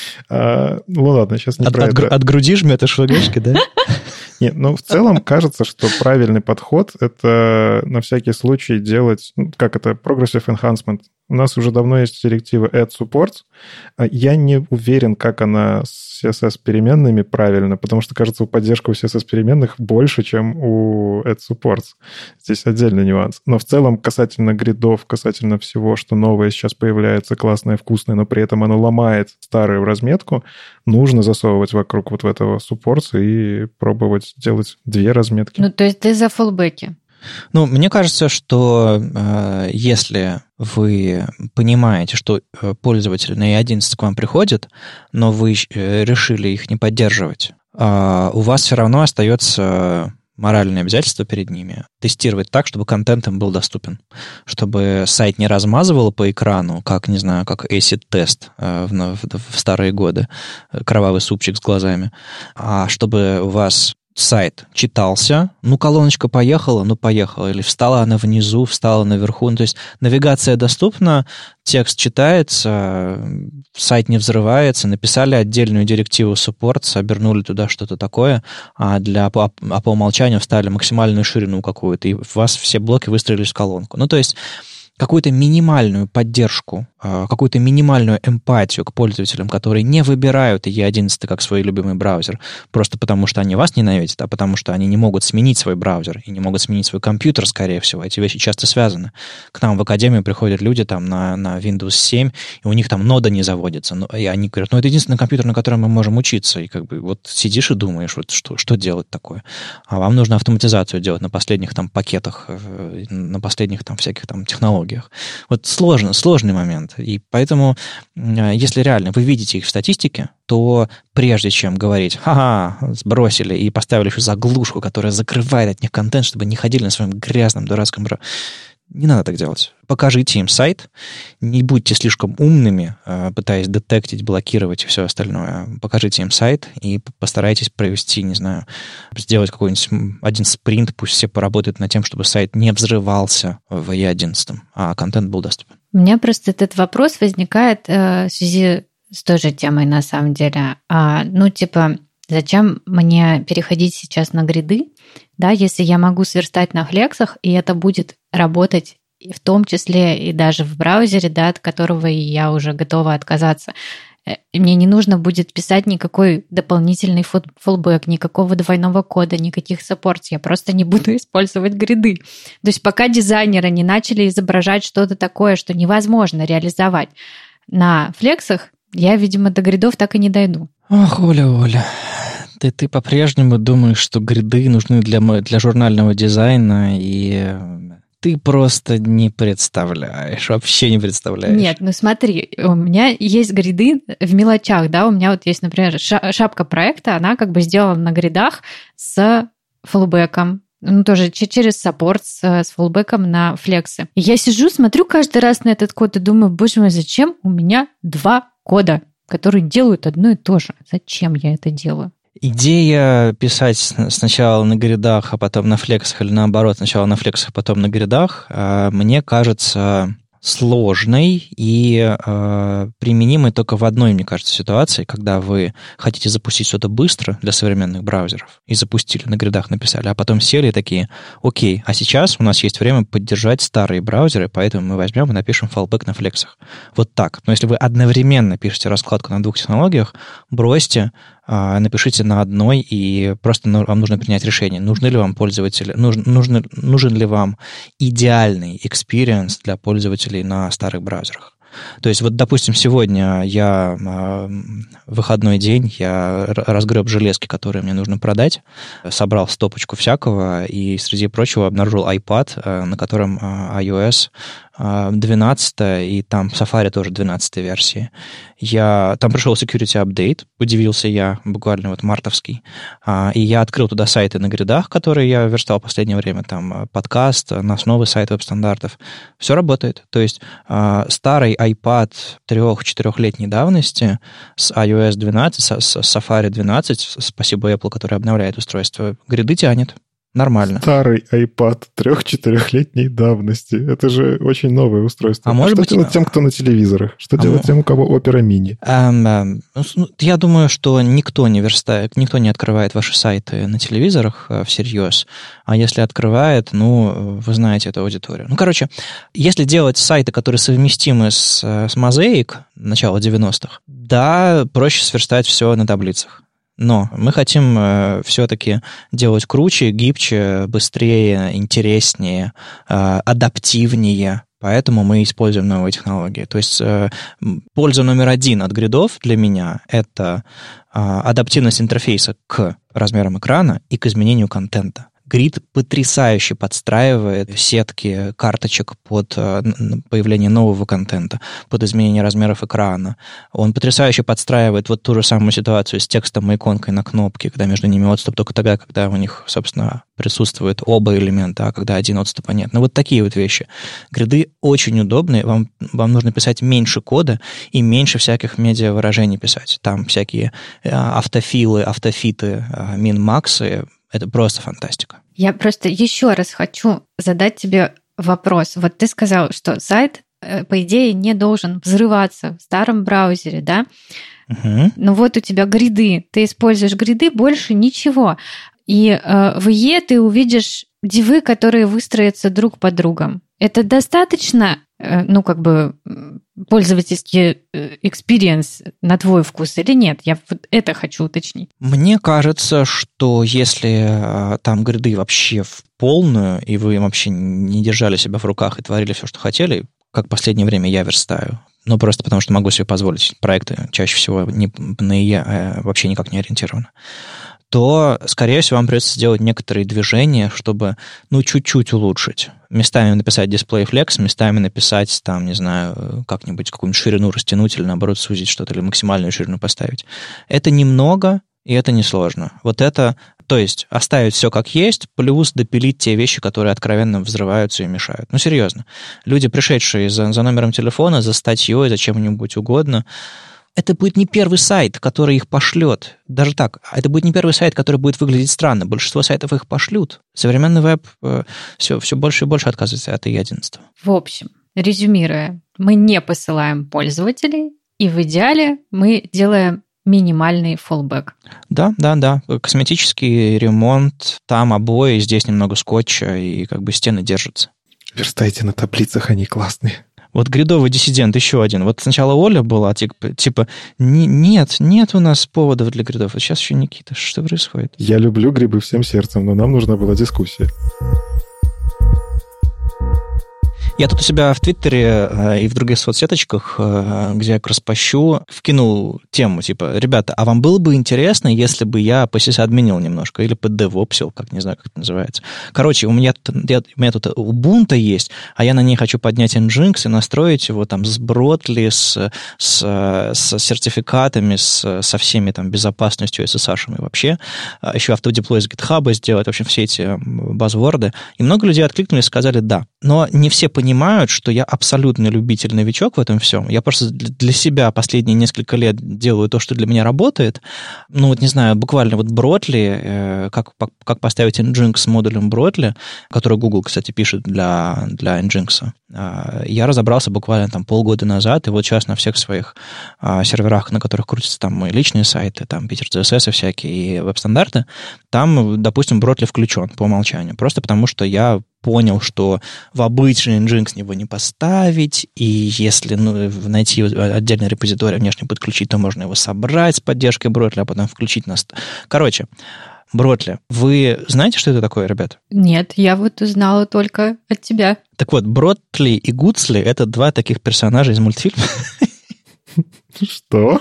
Ну ладно, сейчас не про это. От груди жмет СВГшки, да? Нет, ну в целом кажется, что правильный подход — это на всякий случай делать, как это, progressive enhancement. У нас уже давно есть директива add supports. Я не уверен, как она с CSS-переменными правильно, потому что, кажется, у поддержки у CSS-переменных больше, чем у add supports. Здесь отдельный нюанс. Но в целом касательно гридов, касательно всего, что новое сейчас появляется, классное, вкусное, но при этом оно ломает старую разметку, нужно засовывать вокруг вот этого supports и пробовать делать две разметки. Ну, то есть ты за фоллбеки? Ну, мне кажется, что если вы понимаете, что пользователи на E11 к вам приходят, но вы решили их не поддерживать, у вас все равно остается моральное обязательство перед ними тестировать так, чтобы контент им был доступен, чтобы сайт не размазывало по экрану, как, не знаю, как acid-тест в старые годы, кровавый супчик с глазами, а чтобы у вас сайт читался, ну, колоночка поехала, ну, поехала, или встала она внизу, встала наверху, ну, то есть навигация доступна, текст читается, сайт не взрывается, написали отдельную директиву supports, обернули туда что-то такое, а по умолчанию вставили максимальную ширину какую-то, и у вас все блоки выстроились в колонку. Ну, то есть какую-то минимальную поддержку, какую-то минимальную эмпатию к пользователям, которые не выбирают E11 как свой любимый браузер, просто потому что они вас ненавидят, а потому что они не могут сменить свой браузер и не могут сменить свой компьютер, скорее всего. Эти вещи часто связаны. К нам в академию приходят люди там на Windows 7, и у них там нода не заводится. И они говорят, ну, это единственный компьютер, на котором мы можем учиться. И как бы вот сидишь и думаешь, вот что делать такое. А вам нужно автоматизацию делать на последних там пакетах, на последних там всяких там технологиях. Вот сложный момент. И поэтому, если реально вы видите их в статистике, то прежде чем говорить, ха-ха, сбросили и поставили еще заглушку, которая закрывает от них контент, чтобы не ходили на своем грязном, дурацком браузере, не надо так делать. Покажите им сайт, не будьте слишком умными, пытаясь детектить, блокировать и все остальное. Покажите им сайт и постарайтесь провести, не знаю, сделать какой-нибудь один спринт, пусть все поработают над тем, чтобы сайт не взрывался в E11, а контент был доступен. У меня просто этот вопрос возникает в связи с той же темой на самом деле. Зачем мне переходить сейчас на гриды, да, если я могу сверстать на флексах, и это будет работать в том числе и даже в браузере, да, от которого я уже готова отказаться. Мне не нужно будет писать никакой дополнительный фоллбэк, никакого двойного кода, никаких саппортов. Я просто не буду использовать гриды. То есть пока дизайнеры не начали изображать что-то такое, что невозможно реализовать на флексах, я, видимо, до гридов так и не дойду. Ох, Оля, ты по-прежнему думаешь, что гриды нужны для журнального дизайна, и ты просто не представляешь, вообще не представляешь. Нет, ну смотри, у меня есть гриды в мелочах, да, у меня вот есть, например, шапка проекта, она как бы сделана на гридах с фоллбэком, ну, тоже через саппорт с фоллбэком на флексы. И я сижу, смотрю каждый раз на этот код и думаю, боже мой, зачем у меня два кода, которые делают одно и то же? Зачем я это делаю? Идея писать сначала на гридах, а потом на флексах, или наоборот, сначала на флексах, а потом на гридах, мне кажется, сложной и применимой только в одной, мне кажется, ситуации, когда вы хотите запустить что-то быстро для современных браузеров и запустили, на гридах написали, а потом сели и такие, окей, а сейчас у нас есть время поддержать старые браузеры, поэтому мы возьмем и напишем фаллбэк на флексах. Вот так. Но если вы одновременно пишете раскладку на двух технологиях, бросьте, напишите на одной, и просто вам нужно принять решение, нужны ли вам пользователи, нужен ли вам идеальный experience для пользователей на старых браузерах. То есть, вот, допустим, сегодня выходной день, я разгреб железки, которые мне нужно продать, собрал стопочку всякого, и, среди прочего, обнаружил iPad, на котором iOS 12, и там Safari тоже 12 версии. Там пришел security update, удивился я, буквально вот мартовский, и я открыл туда сайты на гридах, которые я верстал в последнее время, там подкаст, основы сайт веб-стандартов. Все работает. То есть старый iPad 3-4-летней давности с iOS 12, с Safari 12, спасибо Apple, который обновляет устройство, гриды тянет. Нормально. Старый iPad 3-4-летней давности. Это же очень новое устройство. Что делать тем, кто на телевизорах? Что делать тем, у кого Opera Mini? Я думаю, что никто не открывает ваши сайты на телевизорах всерьез. А если открывает, вы знаете эту аудиторию. Короче, если делать сайты, которые совместимы с Mosaic начала 90-х, да, проще сверстать все на таблицах. Но мы хотим все-таки делать круче, гибче, быстрее, интереснее, адаптивнее. Поэтому мы используем новые технологии. То есть польза номер 1 от гридов для меня – это адаптивность интерфейса к размерам экрана и к изменению контента. Грид потрясающе подстраивает сетки карточек под появление нового контента, под изменение размеров экрана. Он потрясающе подстраивает вот ту же самую ситуацию с текстом и иконкой на кнопке, когда между ними отступ только тогда, когда у них, собственно, присутствуют оба элемента, а когда один отступа нет. Вот такие вот вещи. Гриды очень удобные, вам нужно писать меньше кода и меньше всяких медиавыражений писать. Там всякие автофилы, автофиты, мин-максы. Это просто фантастика. Я просто еще раз хочу задать тебе вопрос. Вот ты сказал, что сайт, по идее, не должен взрываться в старом браузере, да? Угу. Но вот у тебя гриды. Ты используешь гриды, больше ничего. И в IE ты увидишь дивы, которые выстроятся друг под другом. Это достаточно, пользовательский экспириенс на твой вкус или нет? Я вот это хочу уточнить. Мне кажется, что если там гриды вообще в полную, и вы вообще не держали себя в руках и творили все, что хотели, как в последнее время я верстаю, просто потому что могу себе позволить, проекты чаще всего на IE вообще никак не ориентированы, то, скорее всего, вам придется сделать некоторые движения, чтобы, чуть-чуть улучшить. Местами написать Display Flex, местами написать, как-нибудь какую-нибудь ширину растянуть или, наоборот, сузить что-то, или максимальную ширину поставить. Это немного, и это несложно. То есть оставить все как есть, плюс допилить те вещи, которые откровенно взрываются и мешают. Серьезно. Люди, пришедшие за номером телефона, за статьей, за чем-нибудь угодно, это будет не первый сайт, который их пошлет. Даже так. Это будет не первый сайт, который будет выглядеть странно. Большинство сайтов их пошлют. Современный веб все больше и больше отказывается от IE11. В общем, резюмируя, мы не посылаем пользователей, и в идеале мы делаем минимальный фоллбэк. Да. Косметический ремонт, там обои, здесь немного скотча, и стены держатся. Верстайте на таблицах, они классные. Вот гридовый диссидент, еще один. Вот сначала Оля была, нет у нас поводов для гридов. А сейчас еще Никита. Что происходит? Я люблю грибы всем сердцем, но нам нужна была дискуссия. Я тут у себя в Твиттере и в других соцсеточках, где я распощу, вкинул тему, ребята, а вам было бы интересно, если бы я посисадминил немножко или поддевопсил, не знаю, как это называется. Короче, у меня тут Ubuntu есть, а я на ней хочу поднять Nginx и настроить его с Бротли, с сертификатами, со всеми безопасностью SSH и вообще. Еще автодеплой с GitHub сделать, в общем, все эти базворды. И много людей откликнулись и сказали «да». Но не все понимают, понимают, что я абсолютный любитель-новичок в этом всем. Я просто для себя последние несколько лет делаю то, что для меня работает. Ну, вот не знаю, буквально вот Бротли, как поставить Nginx с модулем Бротли, который Google, кстати, пишет для Nginx. Я разобрался буквально там полгода назад, и вот сейчас на всех своих серверах, на которых крутятся там мои личные сайты, там Питер CSS и всякие, и веб-стандарты, там, допустим, Бротли включен по умолчанию, просто потому что я понял, что в обычный Nginx его не поставить, и если найти отдельный репозиторий, внешне подключить, то можно его собрать с поддержкой Бротли, а потом включить на... Короче, Бротли. Вы знаете, что это такое, ребят? Нет, я вот узнала только от тебя. Так вот, Бротли и Гуцли — это два таких персонажа из мультфильма. Что?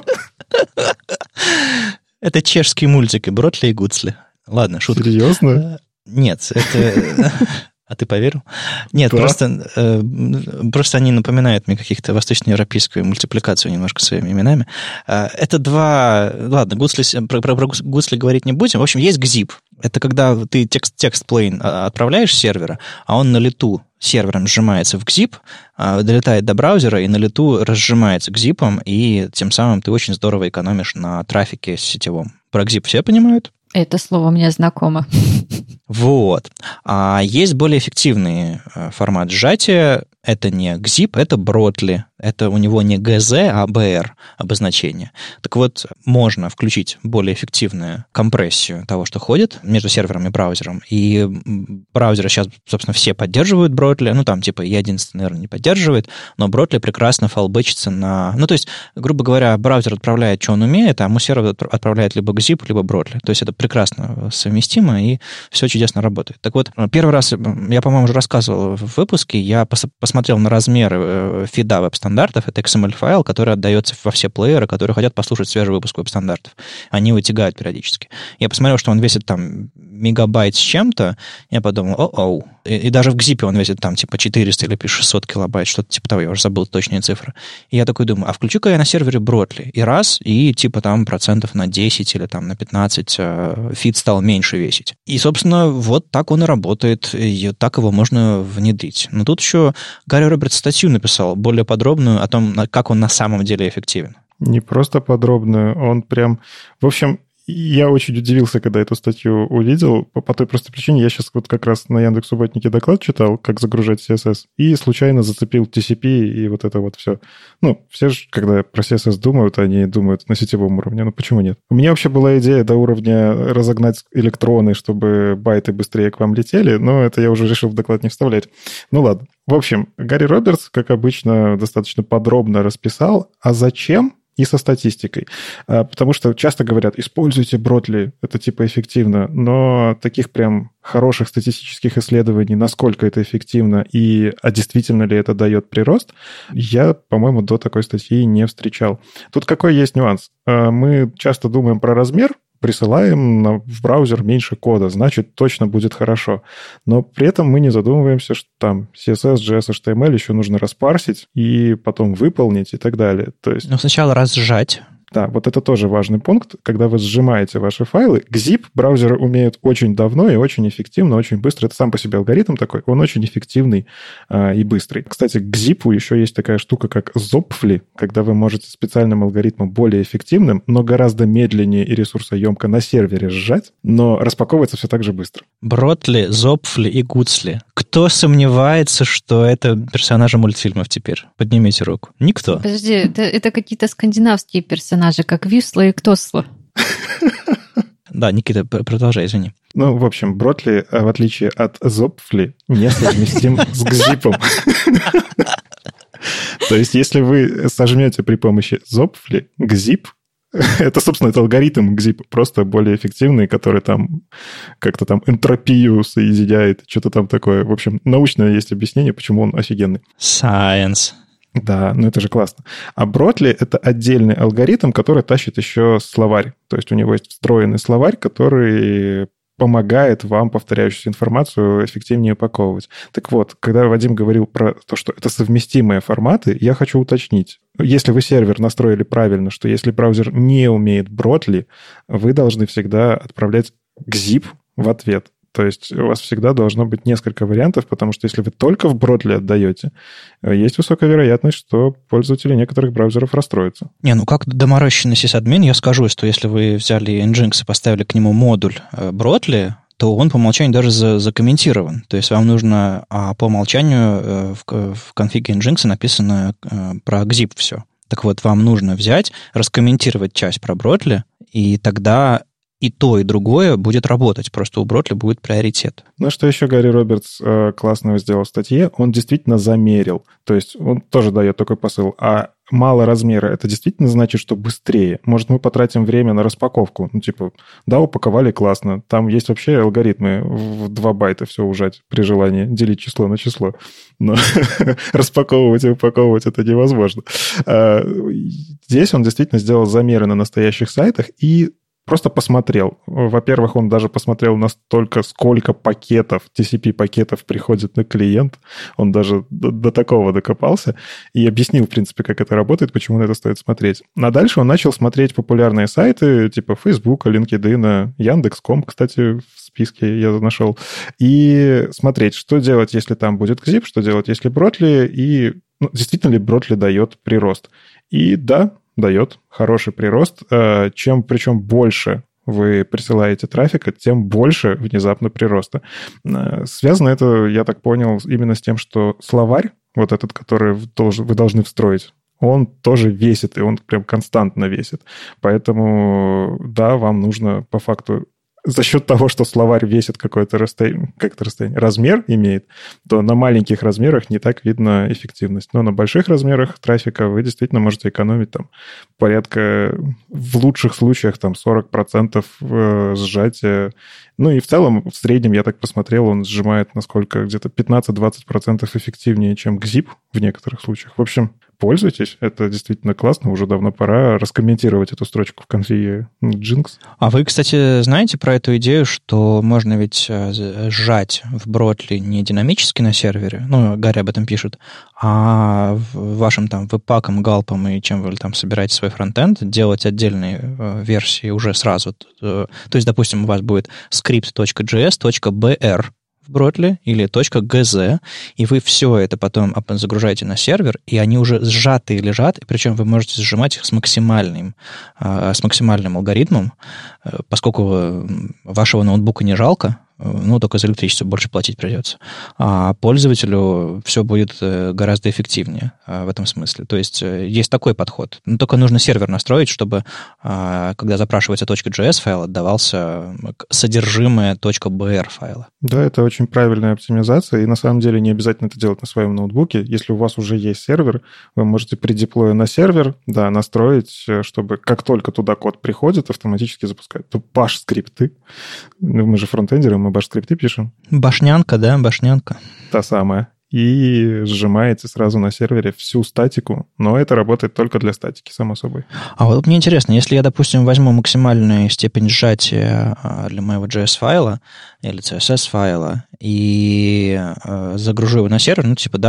Это чешские мультики Бротли и Гуцли. Ладно, шутка. Серьезно? Нет, это... А ты поверил? Нет, да. просто они напоминают мне каких-то восточноевропейскую мультипликацию немножко своими именами. Это два... Ладно, про Гуцли говорить не будем. В общем, есть GZIP. Это когда ты текст-плейн отправляешь с сервера, а он на лету сервером сжимается в GZIP, долетает до браузера и на лету разжимается GZIP, и тем самым ты очень здорово экономишь на трафике сетевом. Про GZIP все понимают? Это слово мне знакомо. Вот. А есть более эффективный формат сжатия. Это не GZIP, это Brotli. Это у него не GZ, а BR обозначение. Так вот, можно включить более эффективную компрессию того, что ходит между сервером и браузером. И браузеры сейчас, собственно, все поддерживают Brotli. Ну, там, типа, E11, наверное, не поддерживает, но Brotli прекрасно фалбэчится на... Ну, то есть, грубо говоря, браузер отправляет, что он умеет, а ему сервер отправляет либо GZIP, либо Brotli. То есть, это прекрасно совместимо, и все чудесно работает. Так вот, первый раз, я, по-моему, уже рассказывал в выпуске, я посмотрел на размеры фида веб-стандартов. Это XML-файл, который отдается во все плееры, которые хотят послушать свежий выпуск веб-стандартов. Они его тягают периодически. Я посмотрел, что он весит там мегабайт с чем-то. Я подумал, о-оу. И даже в GZIP он весит там типа 400 или 600 килобайт, что-то типа того. Я уже забыл точные цифры. И я такой думаю, а включу-ка я на сервере Brotli. И типа там процентов на 10 или там на 15 фид стал меньше весить. И, собственно, вот так он и работает. И так его можно внедрить. Но тут еще Гарри Робертс статью написал, более подробную о том, как он на самом деле эффективен. Не просто подробную, он прям... В общем, я очень удивился, когда эту статью увидел, по той простой причине. Я сейчас вот как раз на Яндекс.Субботнике доклад читал, как загружать CSS, и случайно зацепил TCP и вот это вот все. Ну, все же, когда про CSS думают, они думают на сетевом уровне. Ну, почему нет? У меня вообще была идея до уровня разогнать электроны, чтобы байты быстрее к вам летели, но это я уже решил в доклад не вставлять. Ну, ладно. В общем, Гарри Робертс, как обычно, достаточно подробно расписал, а зачем и со статистикой. Потому что часто говорят, используйте Brotli, это типа эффективно, но таких прям хороших статистических исследований, насколько это эффективно а действительно ли это дает прирост, я, по-моему, до такой статьи не встречал. Тут какой есть нюанс? Мы часто думаем про размер, присылаем в браузер меньше кода, значит, точно будет хорошо. Но при этом мы не задумываемся, что там CSS, JS, HTML еще нужно распарсить и потом выполнить и так далее. То есть... Ну, сначала разжать. Да, вот это тоже важный пункт. Когда вы сжимаете ваши файлы, GZIP браузеры умеют очень давно и очень эффективно, очень быстро. Это сам по себе алгоритм такой, он очень эффективный и быстрый. Кстати, к GZIP еще есть такая штука, как Zopfli, когда вы можете специальным алгоритмом более эффективным, но гораздо медленнее и ресурсоемко на сервере сжать, но распаковывается все так же быстро. Бротли, Зопфли и Гуцли. Кто сомневается, что это персонажи мультфильмов теперь? Поднимите руку. Никто. Подожди, это какие-то скандинавские персонажи, как Висла и Ктосла. Да, Никита, продолжай, извини. Ну, в общем, Бротли, в отличие от Zopfli, не совместим с GZIP. То есть, если вы сожмете при помощи Zopfli, GZIP, это, собственно, это алгоритм GZIP, просто более эффективный, который там как-то там энтропию соединяет, что-то там такое. В общем, научное есть объяснение, почему он офигенный. Science. Да, ну это же классно. А Brotli — это отдельный алгоритм, который тащит еще словарь. То есть у него есть встроенный словарь, который помогает вам повторяющуюся информацию эффективнее упаковывать. Так вот, когда Вадим говорил про то, что это совместимые форматы, я хочу уточнить. Если вы сервер настроили правильно, что если браузер не умеет Brotli, вы должны всегда отправлять GZIP в ответ. То есть у вас всегда должно быть несколько вариантов, потому что если вы только в Бротли отдаете, есть высокая вероятность, что пользователи некоторых браузеров расстроятся. Как доморощенный сисадмин я скажу, что если вы взяли Nginx и поставили к нему модуль Бротли, то он по умолчанию даже закомментирован. То есть вам нужно, по умолчанию в конфиге Nginx написано про Xzip все. Так вот, вам нужно взять, раскомментировать часть про Бротли, и тогда и то, и другое будет работать. Просто у Бротли будет приоритет. Что еще Гарри Робертс классного сделал в статье? Он действительно замерил. То есть он тоже дает такой посыл. А мало размера, это действительно значит, что быстрее. Может, мы потратим время на распаковку. Упаковали классно. Там есть вообще алгоритмы в 2 байта все ужать при желании, делить число на число. Но распаковывать и упаковывать это невозможно. Здесь он действительно сделал замеры на настоящих сайтах и просто посмотрел. Во-первых, он даже посмотрел настолько, сколько пакетов, TCP-пакетов приходит на клиент. Он даже до такого докопался и объяснил, в принципе, как это работает, почему на это стоит смотреть. А дальше он начал смотреть популярные сайты типа Facebook, LinkedIn, Яндекс.ком, кстати, в списке я нашел, и смотреть, что делать, если там будет Xzip, что делать, если Бротли, и действительно ли Бротли дает прирост. И да, дает хороший прирост. Чем, причем, больше вы присылаете трафика, тем больше внезапно прироста. Связано это, я так понял, именно с тем, что словарь, вот этот, который вы должны встроить, он тоже весит, и он прям константно весит. Поэтому, да, вам нужно по факту за счет того, что словарь весит какое-то размер имеет, то на маленьких размерах не так видно эффективность. Но на больших размерах трафика вы действительно можете экономить там порядка, в лучших случаях, там 40% сжатия. И в целом, в среднем, я так посмотрел, он сжимает насколько где-то 15-20% эффективнее, чем Xzip в некоторых случаях. В общем, пользуйтесь, это действительно классно, уже давно пора раскомментировать эту строчку в конфиге Nginx. А вы, кстати, знаете про эту идею, что можно ведь сжать в Бротли не динамически на сервере, Гарри об этом пишет, а вашим там веб-паком, галпом и чем вы там собираете свой фронтенд, делать отдельные версии уже сразу. То есть, допустим, у вас будет script.js.br в Бротли или .gz, и вы все это потом загружаете на сервер, и они уже сжатые лежат, и причем вы можете сжимать их с максимальным алгоритмом, поскольку вашего ноутбука не жалко, только за электричество больше платить придется. А пользователю все будет гораздо эффективнее в этом смысле. То есть есть такой подход. Но только нужно сервер настроить, чтобы, когда запрашивается .js файл, отдавался содержимое .br файла. Да, это очень правильная оптимизация, и на самом деле не обязательно это делать на своем ноутбуке. Если у вас уже есть сервер, вы можете предеплоя на сервер, настроить, чтобы как только туда код приходит, автоматически запускать. То баш-скрипты. Мы же фронтендеры, мы баш-скрипты пишем. Башнянка, да, башнянка. Та самая. И сжимаете сразу на сервере всю статику, но это работает только для статики, само собой. А вот мне интересно, если я, допустим, возьму максимальную степень сжатия для моего JS-файла или CSS-файла и загружу его на сервер,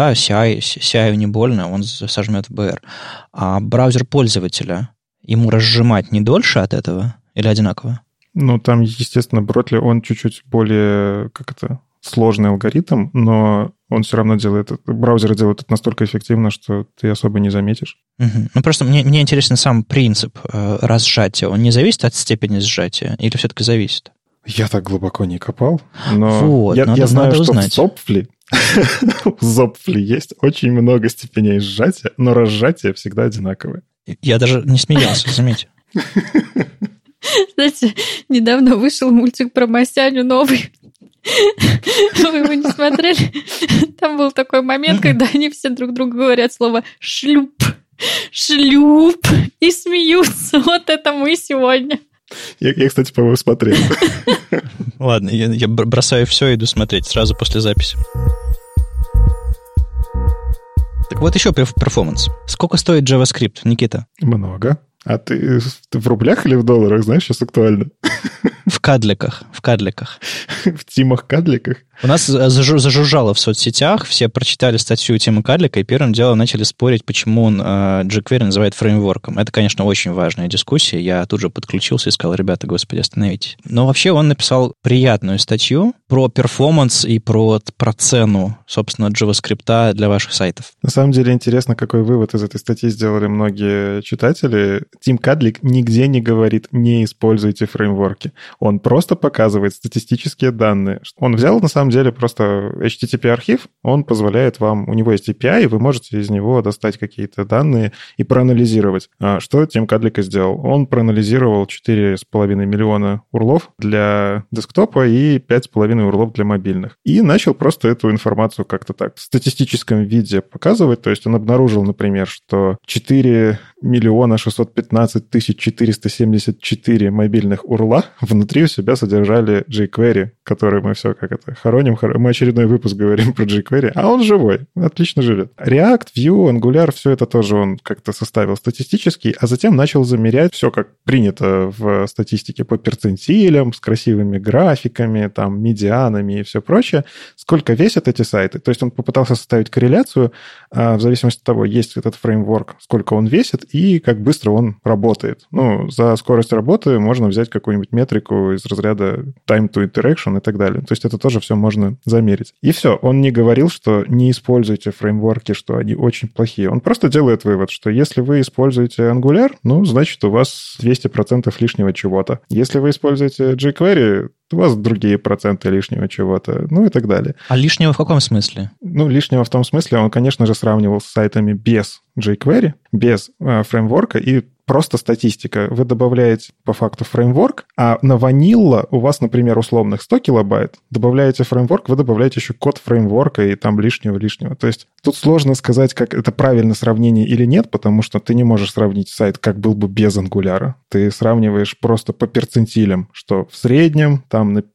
CI не больно, он сожмет в BR. А браузер пользователя, ему разжимать не дольше от этого или одинаково? Там, естественно, Бротли, он чуть-чуть более, сложный алгоритм, но он все равно браузеры делают это настолько эффективно, что ты особо не заметишь. Угу. Просто мне интересен сам принцип разжатия. Он не зависит от степени сжатия или все-таки зависит? Я так глубоко не копал, но я знаю, что в Zopfli есть очень много степеней сжатия, но разжатие всегда одинаковое. Я даже не смеялся, заметьте. Знаете, недавно вышел мультик про Масяню новый. Вы его не смотрели? Там был такой момент, когда они все друг другу говорят слово «шлюп», «шлюп» и смеются. Вот это мы сегодня. Я, кстати, по-моему, смотрел. Ладно, я бросаю все и иду смотреть сразу после записи. Так вот еще перформанс. Сколько стоит JavaScript, Никита? Много. А ты в рублях или в долларах, знаешь, сейчас актуально? В кадликах. В Тимах Кадликах? У нас зажужжало в соцсетях, все прочитали статью Тима Кадлика и первым делом начали спорить, почему он jQuery называет фреймворком. Это, конечно, очень важная дискуссия. Я тут же подключился и сказал: ребята, господи, остановитесь. Но вообще он написал приятную статью про перформанс и про цену, собственно, JavaScript для ваших сайтов. На самом деле интересно, какой вывод из этой статьи сделали многие читатели. Тим Кадлик нигде не говорит: не используйте фреймворки. Он просто показывает статистические данные. Он взял, на самом деле, просто HTTP-архив, он позволяет вам, у него есть API, и вы можете из него достать какие-то данные и проанализировать. Что Тим Кадлик сделал? Он проанализировал 4,5 миллиона урлов для десктопа и 5,5 урлов для мобильных. И начал просто эту информацию как-то так в статистическом виде показывать. То есть он обнаружил, например, что 4 миллиона 615 тысяч 474 мобильных урла внутри у себя содержали jQuery, который мы все как это хороним. Мы очередной выпуск говорим про jQuery, а он живой, отлично живет. React, Vue, Angular, все это тоже он как-то составил статистически, а затем начал замерять все, как принято в статистике, по перцентилям, с красивыми графиками, там, медианами и все прочее, сколько весят эти сайты. То есть он попытался составить корреляцию в зависимости от того, есть этот фреймворк, сколько он весит и как быстро он работает. Ну, за скорость работы можно взять какую-нибудь метрику из разряда time to interaction и так далее. То есть это тоже все можно замерить. И все. Он не говорил, что не используйте фреймворки, что они очень плохие. Он просто делает вывод, что если вы используете Angular, ну, значит, у вас 200% лишнего чего-то. Если вы используете jQuery, у вас другие проценты лишнего чего-то, ну и так далее. А лишнего в каком смысле? Ну, лишнего в том смысле, он, конечно же, сравнивал с сайтами без jQuery, без фреймворка и просто статистика. Вы добавляете по факту фреймворк, а на Vanilla у вас, например, условных 100 килобайт, добавляете фреймворк, вы добавляете еще код фреймворка и там лишнего. То есть тут сложно сказать, как это правильное сравнение или нет, потому что ты не можешь сравнить сайт, как был бы без Angular. Ты сравниваешь просто по перцентилям, что в среднем там на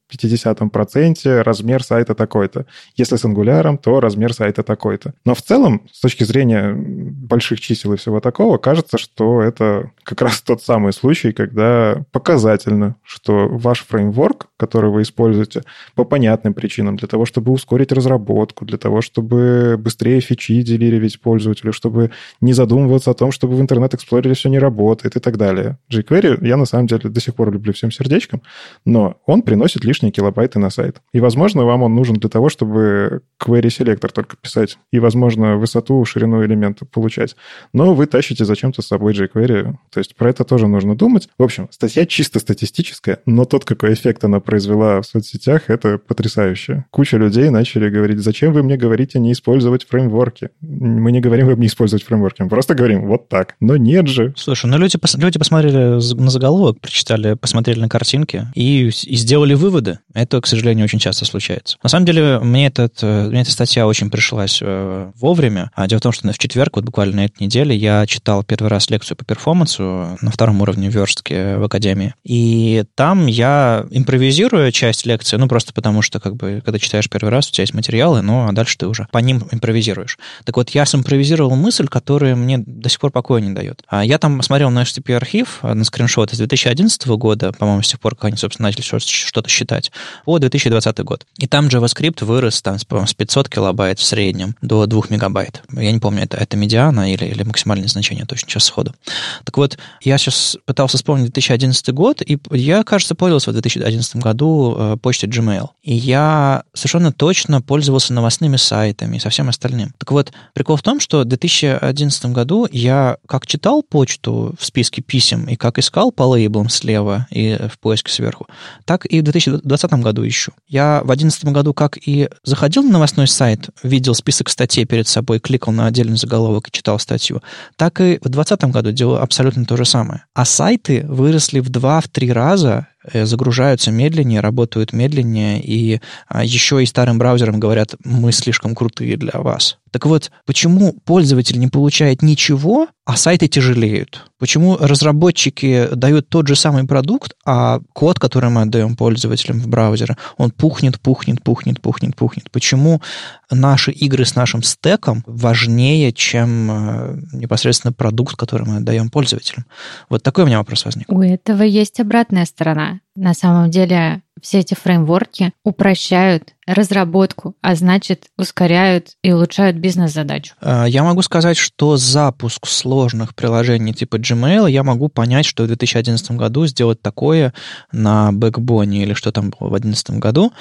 50% размер сайта такой-то. Если с Angular, то размер сайта такой-то. Но в целом, с точки зрения больших чисел и всего такого, кажется, что это как раз тот самый случай, когда показательно, что ваш фреймворк, который вы используете по понятным причинам, для того, чтобы ускорить разработку, для того, чтобы быстрее фичи делировать пользователю, чтобы не задумываться о том, чтобы в Internet Explorer все не работает и так далее. jQuery я на самом деле до сих пор люблю всем сердечком, но он приносит лишние килобайты на сайт. И, возможно, вам он нужен для того, чтобы query селектор только писать и, возможно, высоту, ширину элемента получать. Но вы тащите зачем-то с собой jQuery. То есть про это тоже нужно думать. В общем, статья чисто статистическая, но тот, какой эффект она произвела в соцсетях, это потрясающе. Куча людей начали говорить: зачем вы мне говорите не использовать фреймворки? Мы не говорим вам не использовать фреймворки, мы просто говорим вот так. Но нет же. Слушай, ну люди посмотрели на заголовок, прочитали, посмотрели на картинки и сделали выводы. Это, к сожалению, очень часто случается. На самом деле, мне эта статья очень пришлась вовремя. Дело в том, что в четверг, вот буквально на этой неделе, я читал первый раз лекцию по перформансу на 2-м уровне верстки в Академии. И там я импровизирую часть лекции, ну, просто потому что, как бы, когда читаешь первый раз, у тебя есть материалы, ну, а дальше ты уже по ним импровизируешь. Так вот, я симпровизировал мысль, которая мне до сих пор покоя не дает. Я там смотрел на HTTP-архив, на скриншот из 2011 года, по-моему, с тех пор, как они, собственно, начали что-то считать, по 2020 год. И там JavaScript вырос там, с 500 килобайт в среднем до 2 мегабайт. Я не помню, это медиана или максимальное значение точно сейчас сходу. Так вот, я сейчас пытался вспомнить 2011 год, и я, кажется, пользовался в 2011 году почтой Gmail. И я совершенно точно пользовался новостными сайтами и со всем остальным. Так вот, прикол в том, что в 2011 году я как читал почту в списке писем и как искал по лейблам слева и в поиске сверху, так и в 2020 году ищу. Я в 2011 году как и заходил на новостной сайт, видел список статей перед собой, кликал на отдельный заголовок и читал статью, так и в 2020 году делал абсолютно то же самое. А сайты выросли в 2-3 раза, загружаются медленнее, работают медленнее, и еще и старым браузерам говорят: мы слишком крутые для вас. Так вот, почему пользователь не получает ничего, а сайты тяжелеют? Почему разработчики дают тот же самый продукт, а код, который мы отдаем пользователям в браузере, он пухнет? Почему наши игры с нашим стеком важнее, чем непосредственно продукт, который мы отдаем пользователям? Вот такой у меня вопрос возник. У этого есть обратная сторона. согласна. На самом деле все эти фреймворки упрощают разработку, а значит, ускоряют и улучшают бизнес-задачу. Я могу сказать, что запуск сложных приложений типа Gmail, я могу понять, что в 2011 году сделать такое на Backbone или что там было в 2011 году,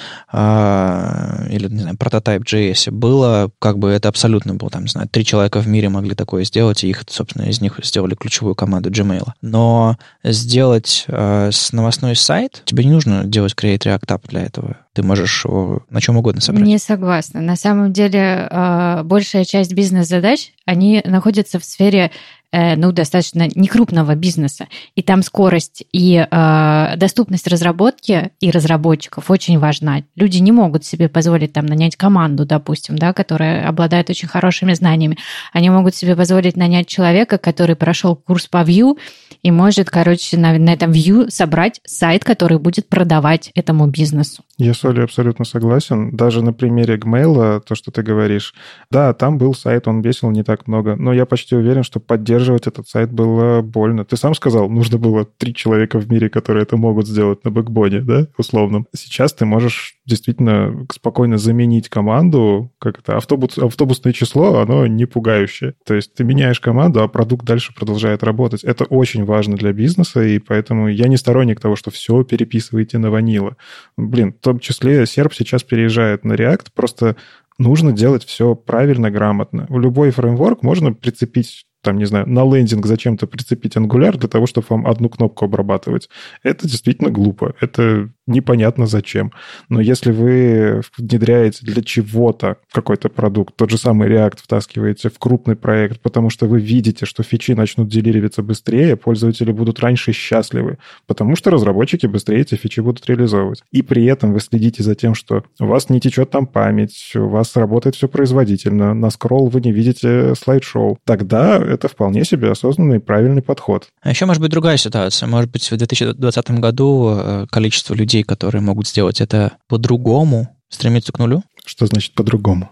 или, не знаю, Prototype.js, было как бы это абсолютно было, там, не знаю, 3 человека в мире могли такое сделать, и их, собственно, из них сделали ключевую команду Gmail. Но сделать с новостной сайт, тебе не нужно делать Create React App для этого. Ты можешь его на чем угодно собрать. Не согласна. На самом деле, большая часть бизнес-задач, они находятся в сфере достаточно некрупного бизнеса. И там скорость и доступность разработки и разработчиков очень важна. Люди не могут себе позволить там нанять команду, допустим, да, которая обладает очень хорошими знаниями. Они могут себе позволить нанять человека, который прошел курс по Vue и может, на этом Vue собрать сайт, который будет продавать этому бизнесу. Я с Олей абсолютно согласен. Даже на примере Gmail, то, что ты говоришь, да, там был сайт, он весил не так много, но я почти уверен, что поддерживать этот сайт было больно. Ты сам сказал, нужно было 3 человека в мире, которые это могут сделать на бэкбоне, да, условном. Сейчас ты можешь действительно спокойно заменить команду, как это, автобусное число, оно не пугающее. То есть ты меняешь команду, а продукт дальше продолжает работать. Это очень важно для бизнеса, и поэтому я не сторонник того, что все переписывайте на ванила. В том числе Serp сейчас переезжает на React, просто нужно делать все правильно, грамотно. В любой фреймворк можно прицепить, там, не знаю, на лендинг зачем-то прицепить Angular для того, чтобы вам одну кнопку обрабатывать. Это действительно глупо. Это непонятно зачем. Но если вы внедряете для чего-то какой-то продукт, тот же самый React втаскиваете в крупный проект, потому что вы видите, что фичи начнут деливериться быстрее, пользователи будут раньше счастливы, потому что разработчики быстрее эти фичи будут реализовывать. И при этом вы следите за тем, что у вас не течет там память, у вас работает все производительно, на скролл вы не видите слайд-шоу. Тогда это вполне себе осознанный и правильный подход. А еще может быть другая ситуация. Может быть, в 2020 году количество людей, которые могут сделать это по-другому, стремится к нулю? Что значит по-другому?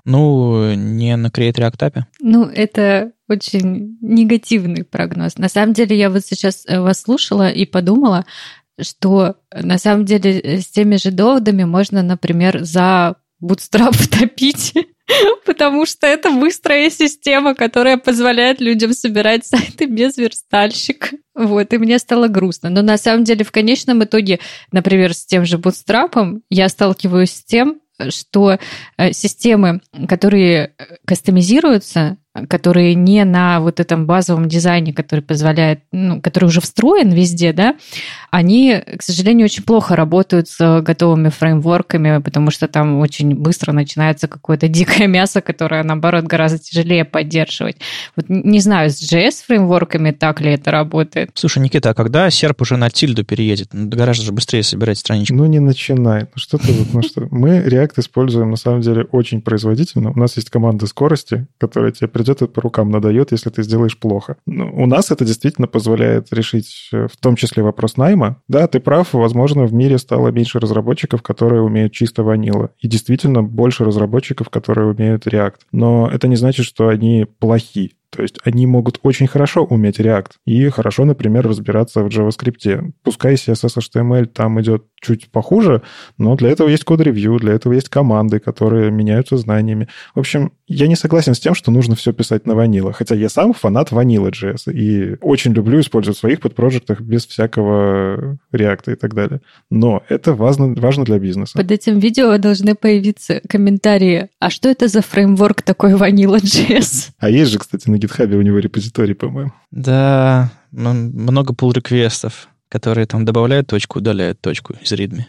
Не на Create React App. Это очень негативный прогноз. На самом деле, я вот сейчас вас слушала и подумала, что на самом деле с теми же доводами можно, например, за Bootstrap топить, потому что это быстрая система, которая позволяет людям собирать сайты без верстальщика. И мне стало грустно. Но на самом деле в конечном итоге, например, с тем же Bootstrap'ом я сталкиваюсь с тем, что системы, которые кастомизируются, которые не на вот этом базовом дизайне, который позволяет, который уже встроен везде, да, они, к сожалению, очень плохо работают с готовыми фреймворками, потому что там очень быстро начинается какое-то дикое мясо, которое, наоборот, гораздо тяжелее поддерживать. Не знаю, с JS-фреймворками так ли это работает. Слушай, Никита, а когда Serp уже на тильду переедет? Гораздо же быстрее собирать страничку. Не начинай. Что ты Мы React используем, на самом деле, очень производительно. У нас есть команда скорости, которая тебе придет и по рукам надает, если ты сделаешь плохо. У нас это действительно позволяет решить в том числе вопрос найма. Да, ты прав, возможно, в мире стало меньше разработчиков, которые умеют чисто ванила. И действительно больше разработчиков, которые умеют React. Но это не значит, что они плохи. То есть они могут очень хорошо уметь React и хорошо, например, разбираться в JavaScript. Пускай CSS, HTML там идет чуть похуже, но для этого есть код-ревью, для этого есть команды, которые меняются знаниями. В общем, я не согласен с тем, что нужно все писать на ванила, хотя я сам фанат Vanilla.js и очень люблю использовать в своих подпрожектах без всякого React и так далее. Но это важно для бизнеса. Под этим видео должны появиться комментарии, а что это за фреймворк такой Vanilla.js? А есть же, кстати, на GitHub у него репозиторий, по-моему. Да, много pull-реквестов, которые там добавляют точку, удаляют точку из readme.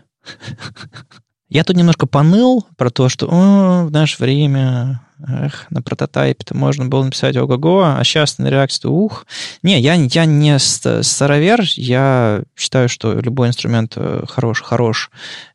Я тут немножко поныл про то, что в наше время на прототайпе-то можно было написать ого-го, а сейчас на React Не, я не старовер, я считаю, что любой инструмент хорош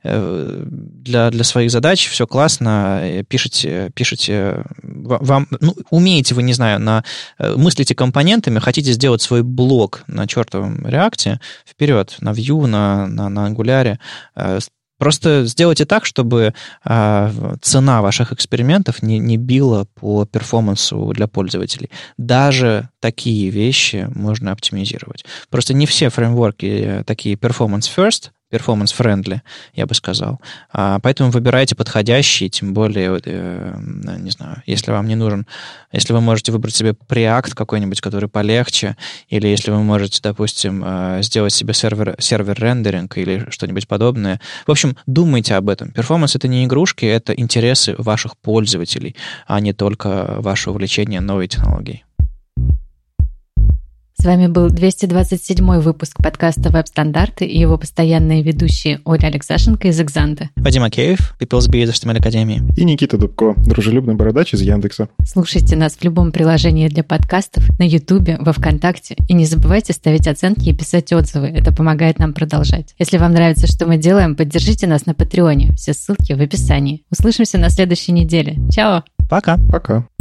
для своих задач, все классно, пишите, вам, умеете вы, не знаю, мыслите компонентами, хотите сделать свой блок на чертовом React, вперед, на Vue, на Angular. Просто сделайте так, чтобы цена ваших экспериментов не била по перформансу для пользователей. Даже такие вещи можно оптимизировать. Просто не все фреймворки такие performance first, performance-friendly, я бы сказал. Поэтому выбирайте подходящий, тем более, не знаю, если вам не нужен, если вы можете выбрать себе Preact какой-нибудь, который полегче, или если вы можете, допустим, сделать себе сервер-рендеринг или что-нибудь подобное. В общем, думайте об этом. Перформанс — это не игрушки, это интересы ваших пользователей, а не только ваше увлечение новой технологией. С вами был 227-й выпуск подкаста «Веб-стандарты» и его постоянные ведущие Оля Алексашенко из Экзанта, Вадим Акеев, PeoplesBee из HTML Академии, и Никита Дубко, дружелюбный бородач из Яндекса. Слушайте нас в любом приложении для подкастов, на Ютубе, во Вконтакте. И не забывайте ставить оценки и писать отзывы. Это помогает нам продолжать. Если вам нравится, что мы делаем, поддержите нас на Патреоне. Все ссылки в описании. Услышимся на следующей неделе. Чао! Пока! Пока!